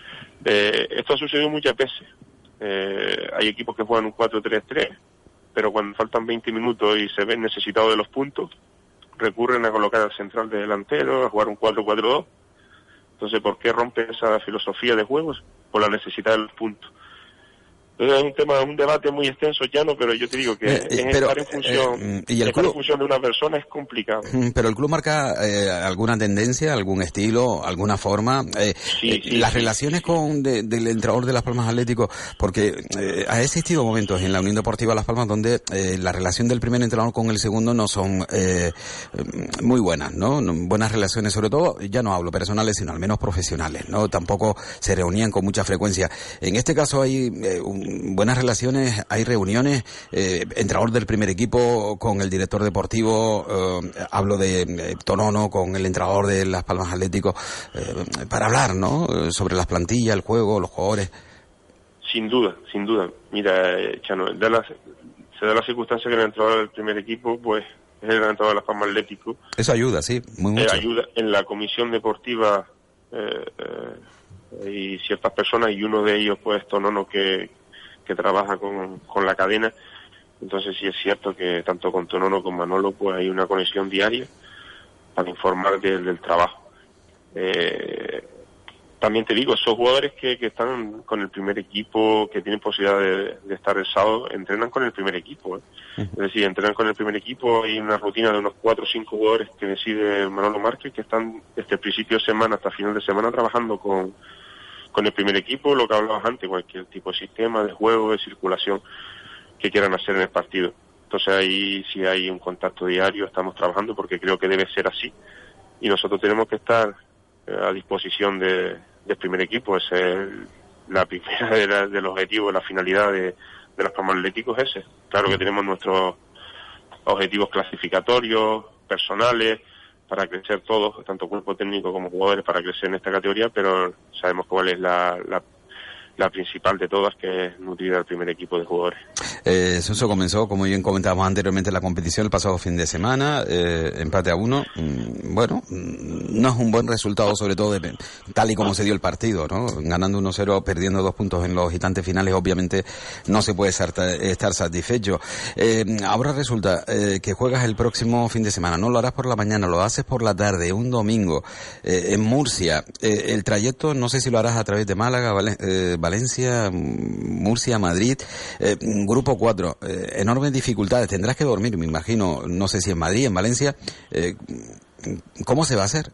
Eh, esto ha sucedido muchas veces. Eh, hay equipos que juegan un cuatro tres tres, pero cuando faltan veinte minutos y se ven necesitados de los puntos, recurren a colocar al central de delantero, a jugar un cuatro cuatro dos. Entonces, ¿por qué rompe esa filosofía de juegos? Por la necesidad de los puntos. Entonces, es un tema, un debate muy extenso, llano, pero yo te digo que eh, eh, pero, estar en función, eh, y el estar club, en función de una persona es complicado. Pero el club marca eh, alguna tendencia, algún estilo, alguna forma. Eh, sí, eh, sí, las sí, relaciones sí. con de, del entrenador de Las Palmas Atlético, porque eh, ha existido momentos en la Unión Deportiva Las Palmas donde eh, la relación del primer entrenador con el segundo no son eh, muy buenas, ¿no? Buenas relaciones, sobre todo, ya no hablo personales, sino al menos profesionales, ¿no? Tampoco se reunían con mucha frecuencia. En este caso hay eh, un, buenas relaciones. Hay reuniones, eh, entrenador del primer equipo con el director deportivo, eh, hablo de eh, Tonono con el entrenador de Las Palmas Atlético, eh, para hablar, ¿no? Sobre las plantillas, el juego, los jugadores. Sin duda, sin duda. Mira, Chano, da la, se da la circunstancia que el entrenador del primer equipo, pues, es el entrenador de Las Palmas Atlético. Eso ayuda, sí, muy mucho. Eh, ayuda en la comisión deportiva, eh, eh, hay ciertas personas, y uno de ellos, pues, Tonono, que que trabaja con, con la cadena. Entonces sí es cierto que tanto con Tonono como Manolo pues hay una conexión diaria para informar de, del trabajo. Eh, también te digo, esos jugadores que, que están con el primer equipo, que tienen posibilidad de, de estar el sábado, entrenan con el primer equipo, ¿eh? Uh-huh. Es decir, entrenan con el primer equipo. Hay una rutina de unos cuatro o cinco jugadores que decide Manolo Márquez, que están desde el principio de semana hasta final de semana trabajando con con el primer equipo, lo que hablabas antes, cualquier tipo de sistema de juego, de circulación que quieran hacer en el partido. Entonces ahí sí hay un contacto diario, estamos trabajando porque creo que debe ser así, y nosotros tenemos que estar eh, a disposición de, del primer equipo. Esa es la primera de, la, de los objetivos, la finalidad de, de los Palmas Atléticos es ese. Claro que tenemos nuestros objetivos clasificatorios, personales, para crecer todos, tanto cuerpo técnico como jugadores, para crecer en esta categoría, pero sabemos cuál es la, la, la principal de todas, que es nutrir al primer equipo de jugadores. Eh, Suso, comenzó, como bien comentábamos anteriormente, la competición el pasado fin de semana, eh, empate a uno. Mm, bueno, no es un buen resultado, sobre todo de, tal y como se dio el partido, ¿no? Ganando uno cero, perdiendo dos puntos en los instantes finales, obviamente no se puede estar, estar satisfecho. Eh, ahora resulta eh, que juegas el próximo fin de semana, no lo harás por la mañana, lo haces por la tarde, un domingo, eh, en Murcia. Eh, el trayecto, no sé si lo harás a través de Málaga, Vale, eh, Valencia, Murcia, Madrid, eh, grupo cuatro, eh, enormes dificultades, tendrás que dormir, me imagino, no sé si en Madrid, en Valencia, eh, ¿cómo se va a hacer?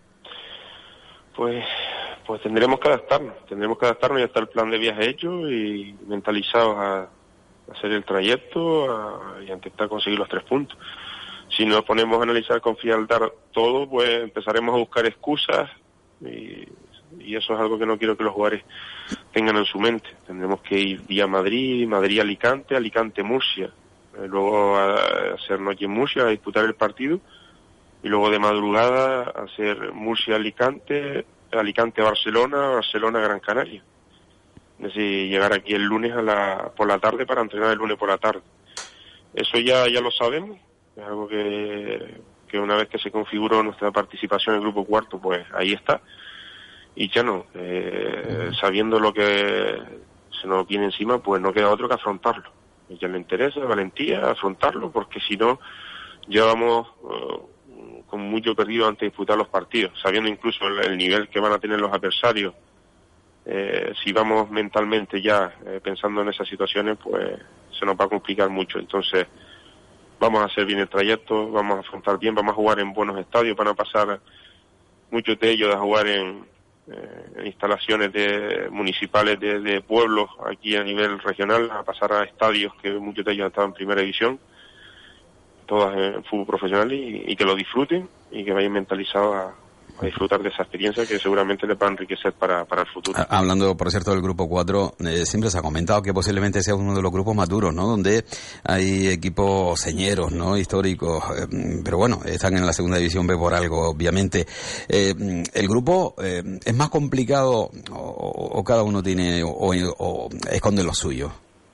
Pues pues tendremos que adaptarnos, tendremos que adaptarnos, ya está el plan de viaje hecho y mentalizados a, a hacer el trayecto a, y a intentar conseguir los tres puntos. Si nos ponemos a analizar con frialdad todo, pues empezaremos a buscar excusas y, y eso es algo que no quiero que los jugadores tengan en su mente. Tendremos que ir vía Madrid, Madrid-Alicante, Alicante-Murcia. eh, luego a hacer noche en Murcia, a disputar el partido, y luego de madrugada a hacer Murcia-Alicante, Alicante-Barcelona, Barcelona-Gran Canaria. Es decir, llegar aquí el lunes a la, por la tarde para entrenar el lunes por la tarde. Eso ya, ya lo sabemos, es algo que, que una vez que se configuró nuestra participación en el grupo cuarto, pues ahí está. Y ya no, eh, sabiendo lo que se nos viene encima, pues no queda otro que afrontarlo. A ella le interesa, valentía, afrontarlo, porque si no, ya vamos uh, con mucho perdido antes de disputar los partidos, sabiendo incluso el, el nivel que van a tener los adversarios. Eh, si vamos mentalmente ya eh, pensando en esas situaciones, pues se nos va a complicar mucho. Entonces, vamos a hacer bien el trayecto, vamos a afrontar bien, vamos a jugar en buenos estadios, van a pasar muchos de ellos a jugar en Eh, instalaciones de municipales de, de pueblos aquí a nivel regional, a pasar a estadios que muchos de ellos han estado en primera división, todas en fútbol profesional, y, y que lo disfruten y que vayan mentalizados a, a disfrutar de esa experiencia que seguramente les va a enriquecer para, para el futuro. Hablando, por cierto, del grupo cuatro, eh, siempre se ha comentado que posiblemente sea uno de los grupos más duros, ¿no? Donde hay equipos señeros, ¿no? Históricos, eh, pero bueno, están en la segunda división B por algo, obviamente. Eh, ¿El grupo eh, es más complicado o, o cada uno tiene o, o, o esconde lo suyo?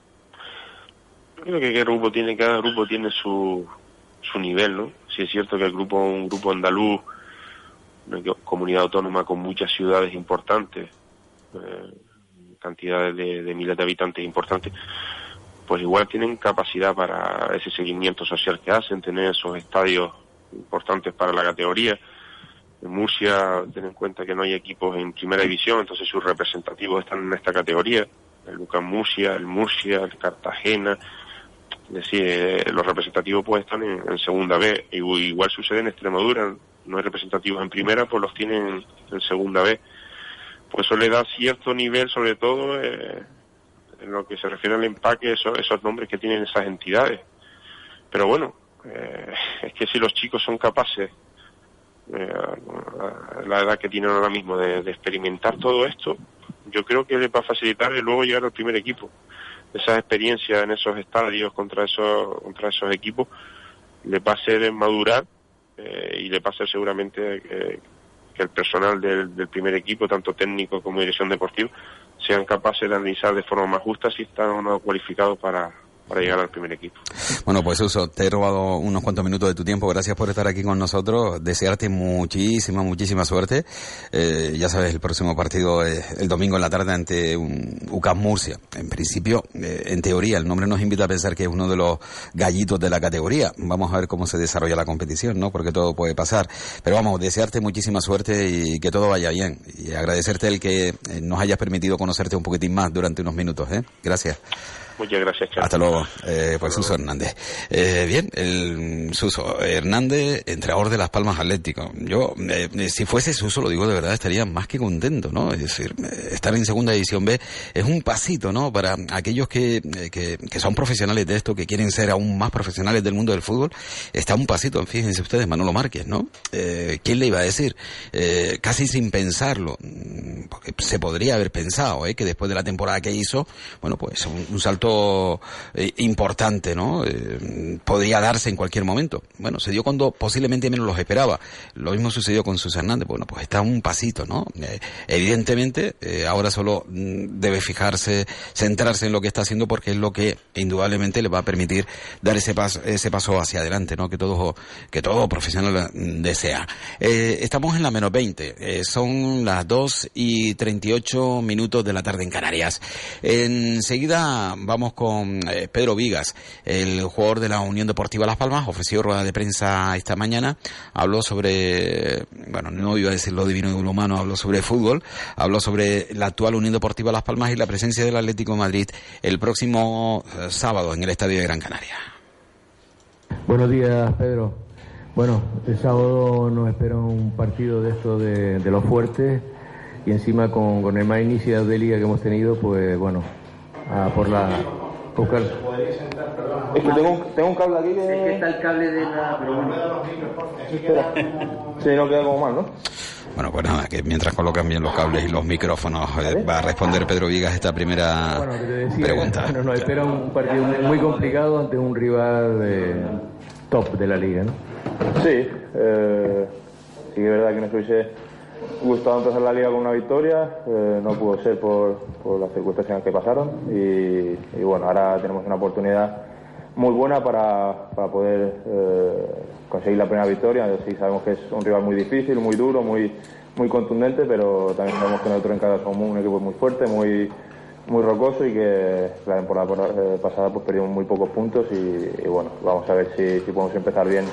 Yo creo que cada grupo tiene, cada grupo tiene su, su nivel, ¿no? Sí es cierto que el grupo, un grupo andaluz, una comunidad autónoma con muchas ciudades importantes, eh, cantidades de, de miles de habitantes importantes, pues igual tienen capacidad para ese seguimiento social que hacen, tener esos estadios importantes para la categoría. En Murcia, ten en cuenta que no hay equipos en primera división, entonces sus representativos están en esta categoría, el Lucas Murcia, el Murcia, el Cartagena, es decir, eh, los representativos pues están en, en segunda B, y, igual sucede en Extremadura, no hay representativos en primera, pues los tienen en segunda B. Pues eso le da cierto nivel, sobre todo eh, en lo que se refiere al empaque, eso, esos nombres que tienen esas entidades. Pero bueno, eh, es que si los chicos son capaces, eh, a la edad que tienen ahora mismo, de, de experimentar todo esto, yo creo que les va a facilitar luego llegar al primer equipo. Esa experiencia en esos estadios contra esos, contra esos equipos les va a hacer madurar. Eh, y le pasa seguramente que, que el personal del, del primer equipo, tanto técnico como dirección deportiva, sean capaces de analizar de forma más justa si están o no cualificados para, para llegar al primer equipo. Bueno, pues Suso, te he robado unos cuantos minutos de tu tiempo. Gracias por estar aquí con nosotros. Desearte muchísima, muchísima suerte. Eh, ya sabes, el próximo partido es el domingo en la tarde ante un U C A M Murcia. En principio, eh, en teoría, el nombre nos invita a pensar que es uno de los gallitos de la categoría. Vamos a ver cómo se desarrolla la competición, ¿no? Porque todo puede pasar. Pero vamos, desearte muchísima suerte y que todo vaya bien. Y agradecerte el que nos hayas permitido conocerte un poquitín más durante unos minutos, ¿eh? Gracias. Muchas gracias, Charo. Hasta luego. Eh, pues Suso Hernández. Eh, bien, el Suso Hernández, entrenador de Las Palmas Atlético. Yo, eh, si fuese Suso, lo digo de verdad, estaría más que contento, ¿no? Es decir, estar en segunda división B es un pasito, ¿no? Para aquellos que, que, que son profesionales de esto, que quieren ser aún más profesionales del mundo del fútbol, está un pasito. Fíjense ustedes, Manolo Márquez, ¿no? Eh, ¿quién le iba a decir? Eh, casi sin pensarlo, porque se podría haber pensado, ¿eh? Que después de la temporada que hizo, bueno, pues un, un salto Eh, importante, ¿no? Eh, podría darse en cualquier momento. Bueno, se dio cuando posiblemente menos los esperaba. Lo mismo sucedió con Suso Hernández. Bueno, pues está un pasito, ¿no? Eh, evidentemente, eh, ahora solo mm, debe fijarse, centrarse en lo que está haciendo, porque es lo que indudablemente le va a permitir dar ese paso, ese paso hacia adelante, ¿no? Que todo, que todo profesional desea. Eh, estamos en la menos veinte. Eh, son las dos y treinta y ocho minutos de la tarde en Canarias. Enseguida vamos con eh, Pedro Vigas, el jugador de la Unión Deportiva Las Palmas. Ofreció rueda de prensa esta mañana, habló sobre, bueno, no iba a decir lo divino y lo humano, habló sobre fútbol, habló sobre la actual Unión Deportiva Las Palmas y la presencia del Atlético de Madrid el próximo eh, sábado en el Estadio de Gran Canaria. Buenos días, Pedro. Bueno, el sábado nos espera un partido de esto de, de los fuertes, y encima con, con el más inicio de liga que hemos tenido, pues bueno, a por la buscar. Es que tengo un, tengo un cable aquí que... Sí, que está el cable de la... Sí, espera. Sí, no queda como mal, ¿no? Bueno, pues nada, que mientras colocan bien los cables y los micrófonos, eh, va a responder Pedro Vigas esta primera bueno, que te decía, pregunta. Bueno, nos espera un partido muy, muy complicado ante un rival de top de la liga, ¿no? Sí, eh, sí que es verdad que nos hubiese gustado empezar la liga con una victoria, eh, no pudo ser por, por las circunstancias que pasaron y, y bueno, ahora tenemos una oportunidad muy buena para, para poder eh, conseguir la primera victoria. Sí, sabemos que es un rival muy difícil, muy duro, muy muy contundente, pero también sabemos que nosotros en casa somos un equipo muy fuerte, muy muy rocoso y que la temporada pasada pues perdimos muy pocos puntos y, y bueno, vamos a ver si, si podemos empezar bien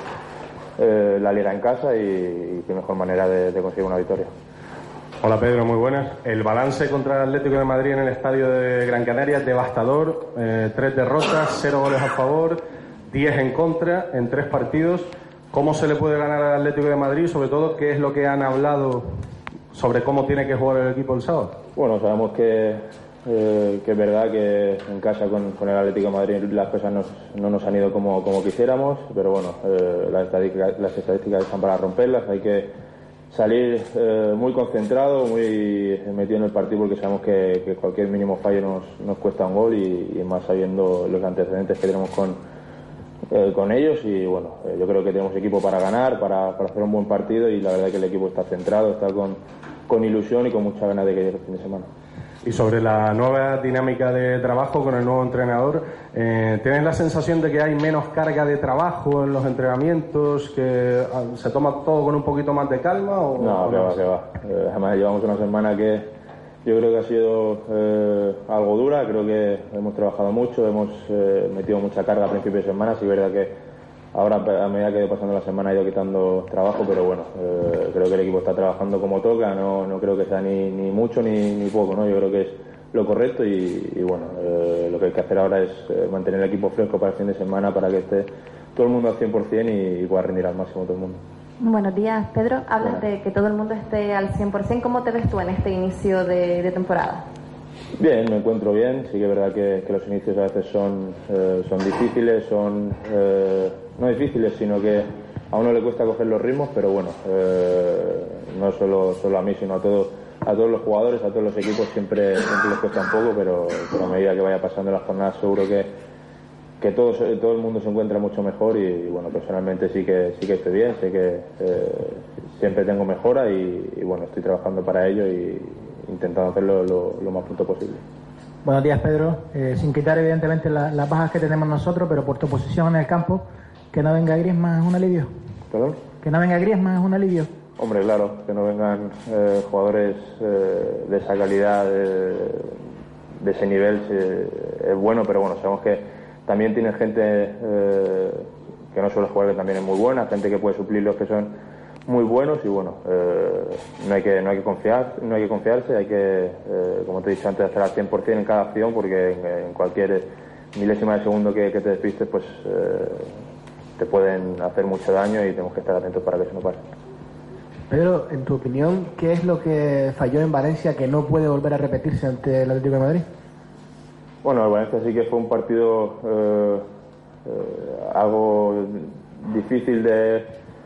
eh, la liga en casa y, y qué mejor manera de, de conseguir una victoria. Hola Pedro, muy buenas. El balance contra el Atlético de Madrid en el estadio de Gran Canaria es devastador. Eh, tres derrotas, cero goles a favor, diez en contra en tres partidos. ¿Cómo se le puede ganar al Atlético de Madrid? Sobre todo, ¿qué es lo que han hablado sobre cómo tiene que jugar el equipo el sábado? Bueno, sabemos que, eh, que es verdad que en casa con, con el Atlético de Madrid las cosas nos, no nos han ido como, como quisiéramos, pero bueno, eh, las, estadísticas, las estadísticas están para romperlas, hay que salir eh, muy concentrado, muy metido en el partido porque sabemos que, que cualquier mínimo fallo nos, nos cuesta un gol y, y más sabiendo los antecedentes que tenemos con, eh, con ellos y bueno, eh, yo creo que tenemos equipo para ganar, para, para hacer un buen partido y la verdad es que el equipo está centrado, está con, con ilusión y con mucha ganas de que llegue el fin de semana. Y sobre la nueva dinámica de trabajo con el nuevo entrenador, eh, ¿tienes la sensación de que hay menos carga de trabajo en los entrenamientos, que se toma todo con un poquito más de calma? O, no, o que no? va, que va. Eh, además llevamos una semana que yo creo que ha sido eh, algo dura, creo que hemos trabajado mucho, hemos eh, metido mucha carga a principios de semana, sí es verdad que ahora a medida que ha ido pasando la semana ha ido quitando trabajo, pero bueno, eh, creo que el equipo está trabajando como toca, no, no creo que sea ni, ni mucho ni, ni poco, ¿no? Yo creo que es lo correcto y, y bueno, eh, lo que hay que hacer ahora es eh, mantener el equipo fresco para el fin de semana para que esté todo el mundo al cien por cien y, y pueda rendir al máximo todo el mundo. Buenos días, Pedro. Hablas de que todo el mundo esté al cien por cien. ¿Cómo te ves tú en este inicio de, de temporada? Bien, me encuentro bien. Sí que es verdad que, que los inicios a veces son, eh, son difíciles, son eh, no difíciles, sino que a uno le cuesta coger los ritmos, pero bueno, eh, no solo, solo a mí, sino a todos a todos los jugadores, a todos los equipos siempre, siempre les cuesta un poco, pero, pero a medida que vaya pasando las jornadas seguro que, que todo, todo el mundo se encuentra mucho mejor y, y bueno, personalmente sí que sí que estoy bien, sé que eh, siempre tengo mejora y, y bueno, estoy trabajando para ello y intentando hacerlo lo, lo más pronto posible. Buenos días, Pedro. Eh, sin quitar evidentemente la, las bajas que tenemos nosotros, pero por tu posición en el campo, que no venga Griezmann es un alivio. ¿Perdón? Que no venga Griezmann es un alivio. Hombre, claro, que no vengan eh, jugadores eh, de esa calidad, de, de ese nivel, sí, es bueno, pero bueno, sabemos que también tiene gente eh, que no suele jugar, que también es muy buena, gente que puede suplir los que son muy buenos y bueno, eh, no hay que no hay que confiar, no hay que confiarse, hay que, eh, como te he dicho antes, hacer al cien por cien en cada acción porque en, en cualquier milésima de segundo que, que te despistes, pues eh, te pueden hacer mucho daño y tenemos que estar atentos para que eso no pase. Pedro, en tu opinión, ¿qué es lo que falló en Valencia que no puede volver a repetirse ante el Atlético de Madrid? Bueno, el Valencia sí que fue un partido eh, eh, algo difícil de,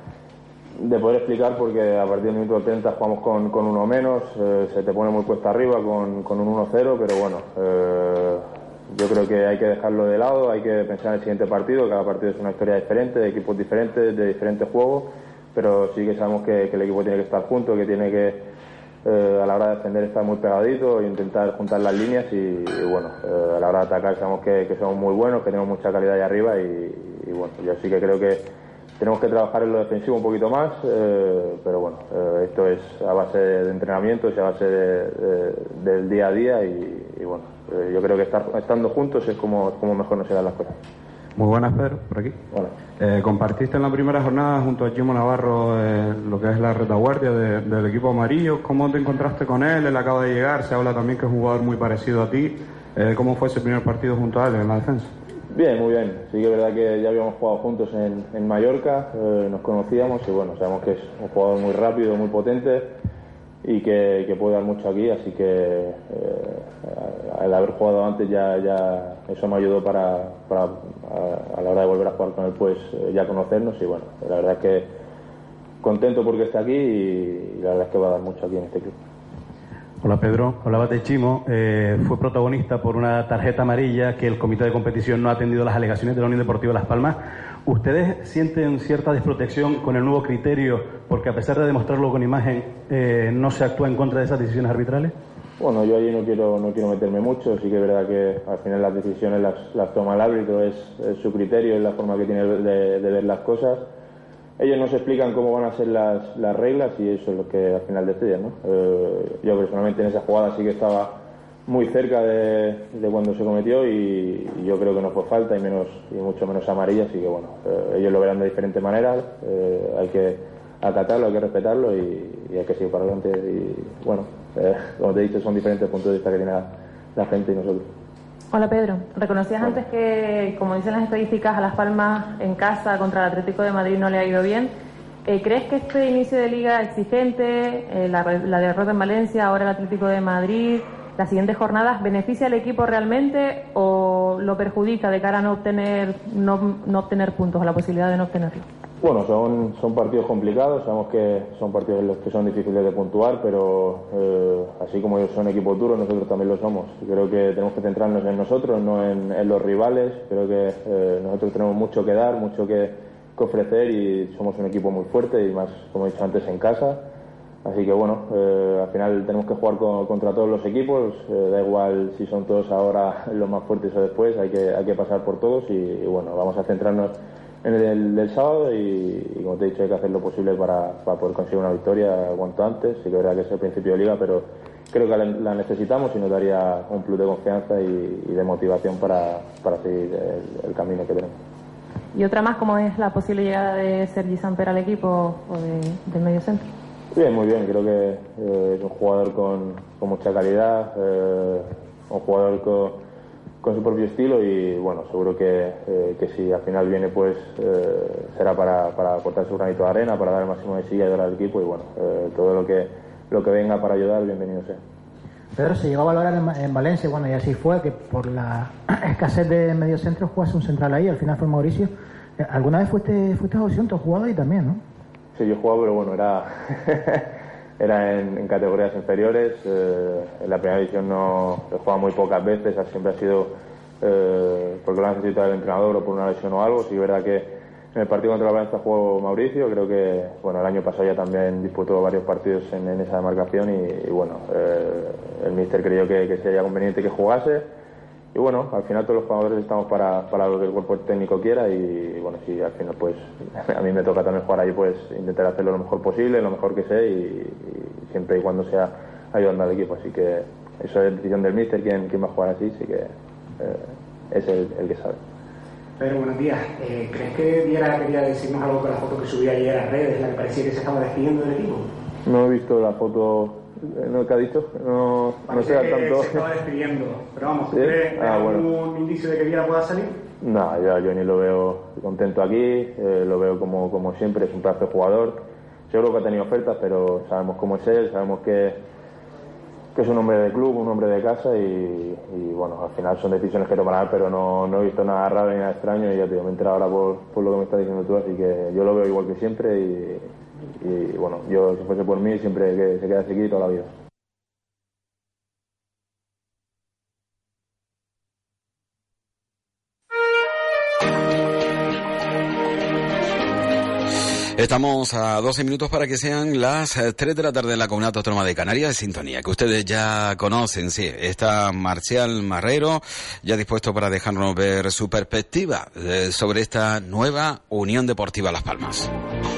de poder explicar porque a partir del minuto treinta jugamos con, con uno menos, eh, se te pone muy cuesta arriba con, con un uno cero, pero bueno, eh, yo creo que hay que dejarlo de lado, hay que pensar en el siguiente partido, cada partido es una historia diferente, de equipos diferentes, de diferentes juegos, pero sí que sabemos que, que el equipo tiene que estar junto, que tiene que eh, a la hora de defender estar muy pegadito e intentar juntar las líneas y, y bueno, eh, a la hora de atacar sabemos que, que somos muy buenos, que tenemos mucha calidad ahí arriba y, y bueno, yo sí que creo que tenemos que trabajar en lo defensivo un poquito más, eh, pero bueno, eh, esto es a base de entrenamiento, es a base de, de, del día a día y, y bueno, eh, yo creo que estar, estando juntos es como, como mejor nos llegan las cosas. Muy buenas, Pedro, por aquí. Hola. Eh, compartiste en la primera jornada junto a Chimo Navarro eh, lo que es la retaguardia de, del equipo amarillo. ¿Cómo te encontraste con él? Él acaba de llegar, se habla también que es un jugador muy parecido a ti. Eh, ¿Cómo fue ese primer partido junto a él en la defensa? Bien, muy bien. Sí que es verdad que ya habíamos jugado juntos en, en Mallorca, eh, nos conocíamos y bueno, sabemos que es un jugador muy rápido, muy potente y que, que puede dar mucho aquí, así que eh, al haber jugado antes ya, ya eso me ayudó para, para a, a la hora de volver a jugar con él pues ya conocernos y bueno, la verdad es que contento porque está aquí y la verdad es que va a dar mucho aquí en este club. Hola Pedro, hablabas de Chimo, eh, fue protagonista por una tarjeta amarilla que el comité de competición no ha atendido las alegaciones de la Unión Deportiva Las Palmas. ¿Ustedes sienten cierta desprotección con el nuevo criterio porque a pesar de demostrarlo con imagen eh, no se actúa en contra de esas decisiones arbitrales? Bueno, yo allí no quiero no quiero meterme mucho, sí que es verdad que al final las decisiones las, las toma el árbitro, es, es su criterio, es la forma que tiene de, de ver las cosas. Ellos nos explican cómo van a ser las, las reglas y eso es lo que al final deciden, ¿no? Eh, yo personalmente en esa jugada sí que estaba muy cerca de, de cuando se cometió y, y yo creo que no fue falta y menos y mucho menos amarilla, así que bueno, eh, ellos lo verán de diferentes maneras, eh, hay que acatarlo, hay que respetarlo y, y hay que seguir para adelante y bueno, eh, como te he dicho son diferentes puntos de vista que tiene la, la gente y nosotros. Hola Pedro, reconocías antes que, como dicen las estadísticas, a Las Palmas en casa contra el Atlético de Madrid no le ha ido bien. Eh, ¿Crees que este inicio de liga exigente, eh, la, la derrota en Valencia, ahora el Atlético de Madrid, las siguientes jornadas, beneficia al equipo realmente o lo perjudica de cara a no obtener, no, no obtener puntos, a la posibilidad de no obtenerlo? Bueno, son, son partidos complicados, sabemos que son partidos en los que son difíciles de puntuar, pero eh, así como ellos son equipos duros, nosotros también lo somos. Creo que tenemos que centrarnos en nosotros, no en, en los rivales. Creo que eh, nosotros tenemos mucho que dar, mucho que, que ofrecer y somos un equipo muy fuerte y más, como he dicho antes, en casa. Así que bueno, eh, al final tenemos que jugar con, contra todos los equipos, eh, da igual si son todos ahora los más fuertes o después, hay que, hay que pasar por todos y, y bueno, vamos a centrarnos en el del, del sábado y, y como te he dicho hay que hacer lo posible para, para poder conseguir una victoria cuanto antes. Sí que es verdad que es el principio de liga, pero creo que la, la necesitamos y nos daría un plus de confianza y, y de motivación para, para seguir el, el camino que tenemos. Y otra más, ¿cómo es la posible llegada de Sergi Samper al equipo o de, del medio centro? Bien, muy bien, creo que eh, es un jugador con, con mucha calidad, eh, un jugador con con su propio estilo y bueno, seguro que, eh, que si al final viene pues eh, será para, para aportar su granito de arena, para dar el máximo de sí y ayudar al equipo y bueno, eh, todo lo que lo que venga para ayudar, bienvenido sea. Pedro, se llegó a valorar en, en Valencia, bueno y así fue, que por la escasez de mediocentros jugase un central ahí, al final fue Mauricio. ¿Alguna vez fuiste, fuiste opción, tú has jugado ahí también, no? Sí, yo he jugado, pero bueno, era... Era en, en categorías inferiores, eh, en la primera división no he jugado muy pocas veces, siempre ha sido eh, porque lo ha necesitado el entrenador o por una lesión o algo. Sí, es verdad que en el partido contra la Valencia jugó Mauricio, creo que bueno el año pasado ya también disputó varios partidos en, en esa demarcación y, y bueno, eh, el míster creyó que, que sería conveniente que jugase. Y bueno, al final todos los jugadores estamos para, para lo que el cuerpo técnico quiera y bueno, si al final pues a mí me toca también jugar ahí, pues intentar hacerlo lo mejor posible, lo mejor que sé y, y siempre y cuando sea ayudando al equipo. Así que eso es decisión del míster, quién, quién va a jugar así, así que eh, es el, el que sabe. Pedro, buenos días. Eh, ¿Crees que Viera quería decirnos algo con la foto que subía ayer a redes, la que parecía que se estaba despidiendo del equipo? No he visto la foto. ¿No? ¿Qué ha dicho? No, no sé que tanto. Se estaba despidiendo, pero vamos, ¿tú ¿Sí? crees ah, algún bueno. indicio de que Viera pueda salir? No, yo, yo ni lo veo contento aquí, eh, lo veo como, como siempre, es un pedazo de jugador. Seguro que ha tenido ofertas, pero sabemos cómo es él, sabemos que, que es un hombre de club, un hombre de casa y, y bueno, al final son decisiones que tomará, pero no, no he visto nada raro ni nada extraño y ya te digo, me he enterado ahora por, por lo que me estás diciendo tú, así que yo lo veo igual que siempre y, y bueno, yo si fuese por mí siempre que se queda aquí toda la vida. Estamos a doce minutos para que sean las tres de la tarde en la Comunidad Autónoma de Canarias de sintonía, que ustedes ya conocen, sí. Está Marcial Marrero, ya dispuesto para dejarnos ver su perspectiva eh, sobre esta nueva Unión Deportiva Las Palmas.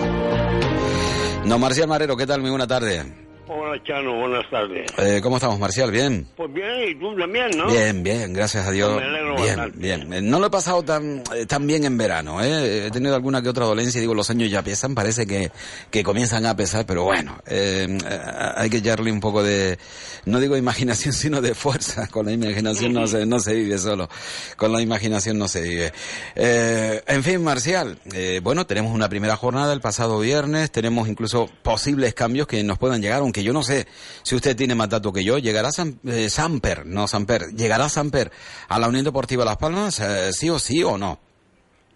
No, Marcial Marrero, ¿qué tal? Muy buena tarde. Hola, Chano, buenas tardes. Eh, ¿Cómo estamos, Marcial? ¿Bien? Pues bien, y tú también, ¿no? Bien, bien, gracias a Dios. Me alegro bien, bastante. bien. Eh, No lo he pasado tan eh, tan bien en verano, ¿eh? He tenido alguna que otra dolencia, digo, los años ya pesan, parece que, que comienzan a pesar, pero bueno, eh, eh, hay que echarle un poco de, no digo imaginación, sino de fuerza. Con la imaginación no se, no se vive solo. Con la imaginación no se vive. Eh, en fin, Marcial, eh, bueno, tenemos una primera jornada el pasado viernes, tenemos incluso posibles cambios que nos puedan llegar, aunque yo no sé si usted tiene más datos que yo. ¿Llegará Sam, eh, Samper, no Samper, llegará Samper a la Unión Deportiva Las Palmas, eh, sí o sí o no?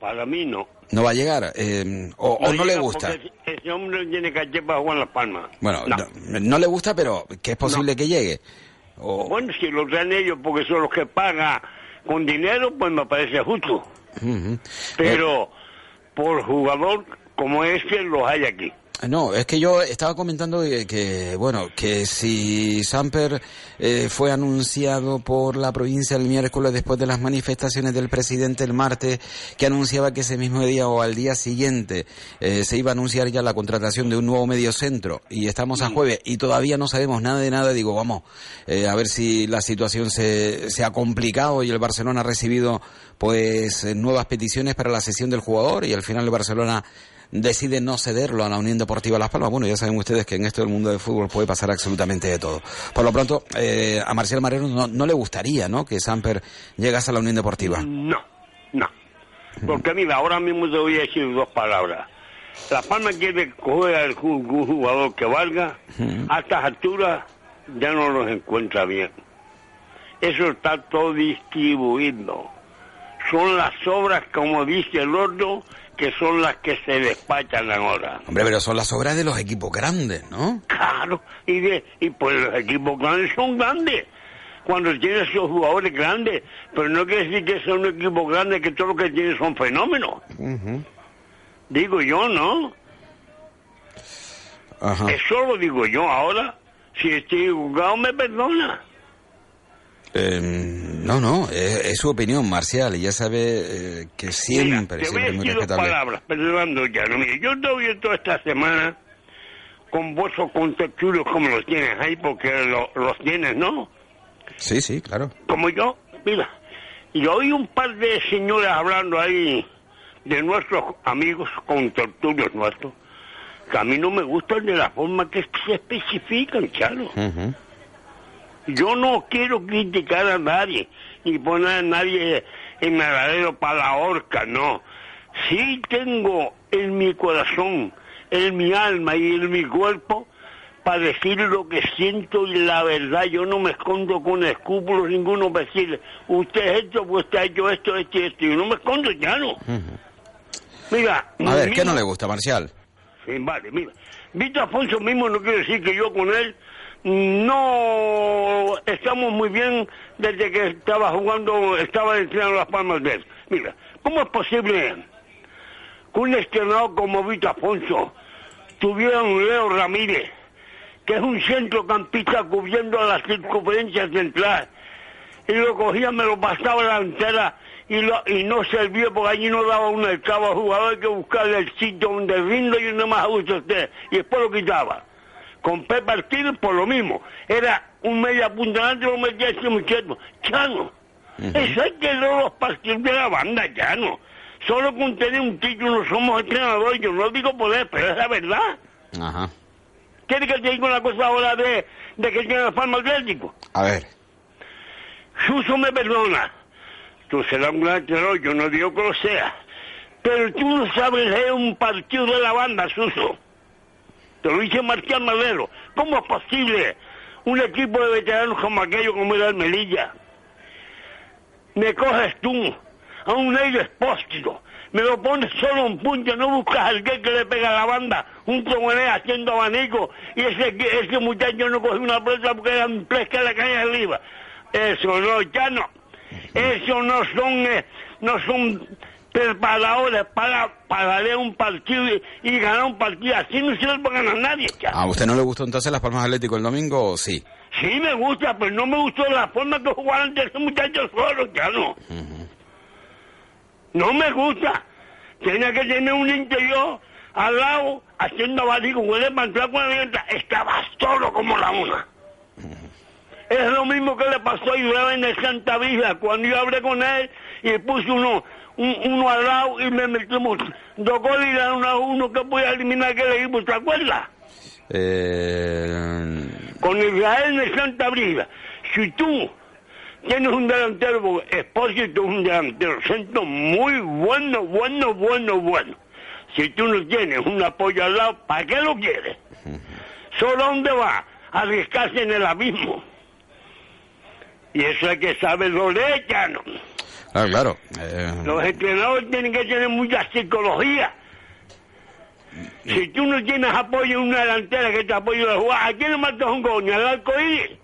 para mí no. No va a llegar, eh, o no, o no le gusta. Ese, ese hombre tiene caché para jugar en Las Palmas. Bueno, no. No, no le gusta, pero que es posible no. que llegue. O... Bueno, si lo traen ellos porque son los que pagan con dinero, pues me parece justo. Uh-huh. Pero eh... por jugador como ese los hay aquí. No, es que yo estaba comentando que, que bueno, que si Samper eh, fue anunciado por la provincia el miércoles después de las manifestaciones del presidente el martes, que anunciaba que ese mismo día o al día siguiente eh, se iba a anunciar ya la contratación de un nuevo mediocentro, y estamos a jueves y todavía no sabemos nada de nada, digo, vamos, eh, a ver si la situación se, se ha complicado y el Barcelona ha recibido pues eh, nuevas peticiones para la cesión del jugador y al final el Barcelona decide no cederlo a la Unión Deportiva Las Palmas. Bueno, ya saben ustedes que en esto del mundo del fútbol puede pasar absolutamente de todo. Por lo pronto, eh, a Marcial Marrero no, no le gustaría, ¿no?, que Samper llegase a la Unión Deportiva. No, no. Porque mira, ahora mismo te voy a decir dos palabras. Las Palmas quiere coger al jugador que valga. Uh-huh. A estas alturas ya no los encuentra bien. Eso está todo distribuido. Son las obras, como dice el otro, que son las que se despachan ahora. Hombre, pero son las obras de los equipos grandes, ¿no? Claro, y de y pues los equipos grandes son grandes. Cuando tienen esos jugadores grandes, pero no quiere decir que son equipos grandes que todo lo que tienen son fenómenos. Uh-huh. Digo yo, ¿no? Ajá. Eso lo digo yo ahora. Si estoy jugado, me perdona. Eh, no, no, es, es su opinión, Marcial, y ya sabe eh, que siempre, Mira, siempre te muy voy a decir dos palabras, perdonando ya, no, mire, yo te oí toda esta semana con vuestros contertulios como los tienes ahí, porque lo, los tienes, ¿no? Sí, sí, claro. Como yo, mira, y oí un par de señores hablando ahí de nuestros amigos contertulios nuestros, que a mí no me gustan de la forma que se especifican, Chalo. Uh-huh. Yo no quiero criticar a nadie, ni poner a nadie en agradero para la horca, no. Sí tengo en mi corazón, en mi alma y en mi cuerpo para decir lo que siento y la verdad. Yo no me escondo con escrúpulos ninguno para decirle, usted es esto, pues usted ha hecho esto, esto y esto. Yo no me escondo ya, ¿no? Uh-huh. Mira... A ver, mismo... ¿qué no le gusta, Marcial? Sí, vale, mira. Víctor Afonso mismo no quiere decir que yo con él... No estamos muy bien desde que estaba jugando, estaba entrenando Las Palmas de él. Mira, ¿cómo es posible que un entrenador como Vito Afonso tuviera un Leo Ramírez, que es un centrocampista cubriendo las circunferencias centrales, y lo cogía, me lo pasaba la delantera y, lo, y no servía porque allí no daba un mercado al jugador, hay que buscarle el sitio donde rindo y no más gusta usted, y después lo quitaba. Con Pepe Martínez por lo mismo, era un media punta antes, lo metía ese muchacho, Chano. Uh-huh. Eso hay que ver los partidos de la banda, Chano. Solo con tener un título somos entrenadores, yo no lo digo por él, pero es la verdad. Ajá. ¿Quieres que te diga una cosa ahora de, de que tiene la Palma Atlético? A ver. Suso me perdona. Tú serás un gran entrenador, yo no digo que lo sea. Pero tú no sabes leer un partido de la banda, Suso. Te lo dice Marcial Marrero. ¿Cómo es posible un equipo de veteranos como aquello, como era el Melilla? Me coges tú a un Neil Expósito, me lo pones solo un punto, no buscas al que le pega a la banda, junto con él haciendo abanico, y ese ese muchacho no coge una pelota porque era un pez que le cae arriba. Eso no, ya no. Eso no son, eh, no son... preparadores para, para leer un partido y, y ganar un partido. Así no sirve para ganar nadie, chaval. ¿A usted no le gustó entonces Las Palmas Atlético el domingo o sí? Sí me gusta, pero no me gustó la forma que jugaron de esos muchachos solos, ya no. Uh-huh. No me gusta. Tenía que tener un interior al lado, haciendo abanico, puede entrar con la venta. Estaba solo como la una. Uh-huh. Es lo mismo que le pasó a Ibrahim en Santa Villa, cuando yo hablé con él y puse uno... Un, uno al lado y me metimos dos goles y uno a uno que podía eliminar aquel equipo, ¿te acuerdas? Eh... Con Israel de Santa Brida. Si tú tienes un delantero, Expósito es un delantero centro muy bueno, bueno, bueno, bueno. Si tú no tienes un apoyo al lado, ¿para qué lo quieres? ¿Solo dónde va? A arriesgarse en el abismo. Y eso hay que saberlo leer, ya no. Claro, claro. Eh... Los entrenadores tienen que tener mucha psicología. Si tú no tienes apoyo en una delantera que te apoye a jugar, ¿a quién le matas un gol? ¿Al arco iris?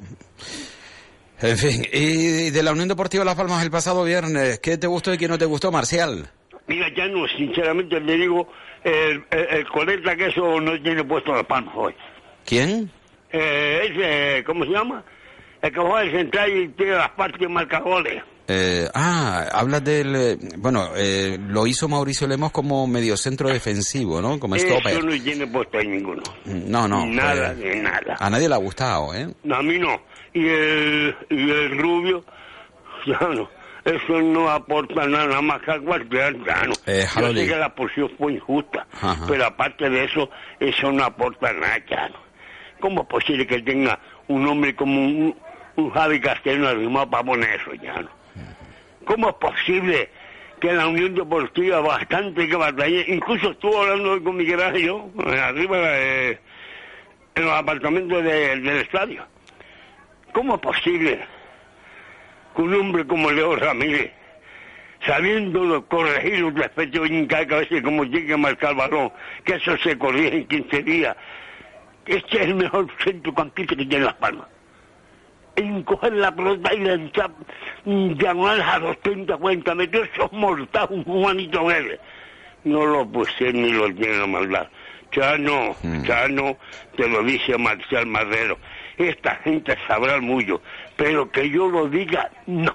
En fin, y de la Unión Deportiva Las Palmas el pasado viernes, ¿qué te gustó y qué no te gustó, Marcial? Mira, ya no, sinceramente le digo, el, el, el coleta que eso no tiene puesto Las Palmas hoy. ¿Quién? Eh, ese, ¿cómo se llama? El que juega el central y tiene las partes marcadores. Eh, ah, hablas del... Eh, bueno, eh, lo hizo Mauricio Lemos como mediocentro defensivo, ¿no? Como stopper. Eso no tiene puesto ahí ninguno. No, no. Nada, eh, de nada. A nadie le ha gustado, ¿eh? No, a mí no. Y el, y el rubio, ya no. Eso no aporta nada más que a cualquier grano. Eh, Yo sé que la posición fue injusta, Ajá. pero aparte de eso, eso no aporta nada, ya no. ¿Cómo es posible que tenga un hombre como un, un Javi Castellano arrimado para poner eso, ya no? ¿Cómo es posible que la Unión Deportiva bastante que batalla, incluso estuvo hablando hoy con Miguel Ángel y yo, arriba de, en los apartamentos de, del estadio? ¿Cómo es posible que un hombre como Leo Ramírez, sabiendo corregir un respeto en cada cabeza como tiene que marcar el balón, que eso se corrige en quince días, este es el mejor centrocampista que tiene Las Palmas? En coger la pelota y lanzar diagonal a los treinta, cuarenta metros, eso es mortal, un Juanito Verde. No lo puse ni lo tiene a maldad. Chano, mm. Chano, te lo dice Marcial Marrero. Esta gente sabrá mucho, pero que yo lo diga, no.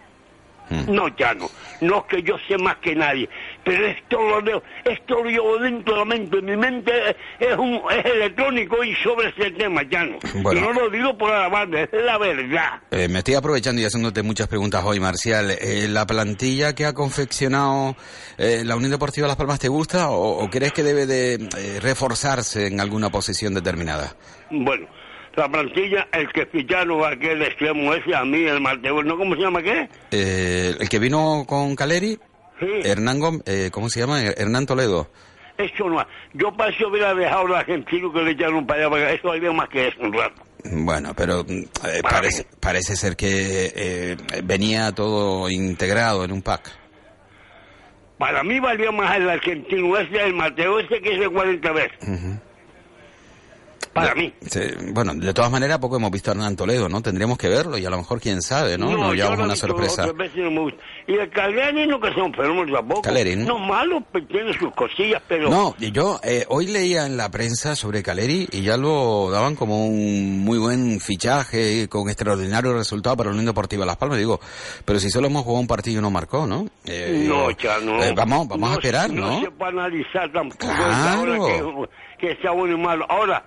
Mm. No, Chano, no es que yo sé más que nadie, pero esto lo veo, esto lo llevo dentro de la mente, mi mente es, un, es electrónico y sobre ese tema, Chano. Bueno. Y no lo digo por alabarme, es la verdad. Eh, me estoy aprovechando y haciéndote muchas preguntas hoy, Marcial. Eh, ¿La plantilla que ha confeccionado eh, la Unión Deportiva Las Palmas te gusta o, o crees que debe de eh, reforzarse en alguna posición determinada? Bueno, la plantilla, el que ficharon aquel extremo ese, a mí, el Marteo, ¿no? ¿Cómo se llama qué? Eh, el que vino con Caleri, sí. Hernán Gómez, eh, ¿cómo se llama? Hernán Toledo. Eso no, yo para eso hubiera dejado al argentino que le echaron para allá, para eso había más que eso, un rato. Bueno, pero eh, parece, parece ser que eh, venía todo integrado en un pack. Para mí valía más el argentino ese, el Mateo ese, que ese cuarenta veces. Uh-huh. Para mí. Sí, bueno, de todas maneras, poco hemos visto a Hernán Toledo, ¿no? Tendríamos que verlo y a lo mejor, quién sabe, ¿no? No, Nos llevamos no una sorpresa. No me y el Caleri no que sea un fenómeno tampoco. Caleri, ¿no? No malo, tiene sus cosillas, pero... No, yo eh, hoy leía en la prensa sobre Caleri y ya lo daban como un muy buen fichaje con extraordinario resultado para la Unión Deportiva Las Palmas. Digo, pero si solo hemos jugado un partido y no marcó, ¿no? Eh, no, ya no. Eh, vamos vamos no, a esperar, ¿no? No se puede analizar tampoco. Claro. Que, que está bueno y malo. Ahora...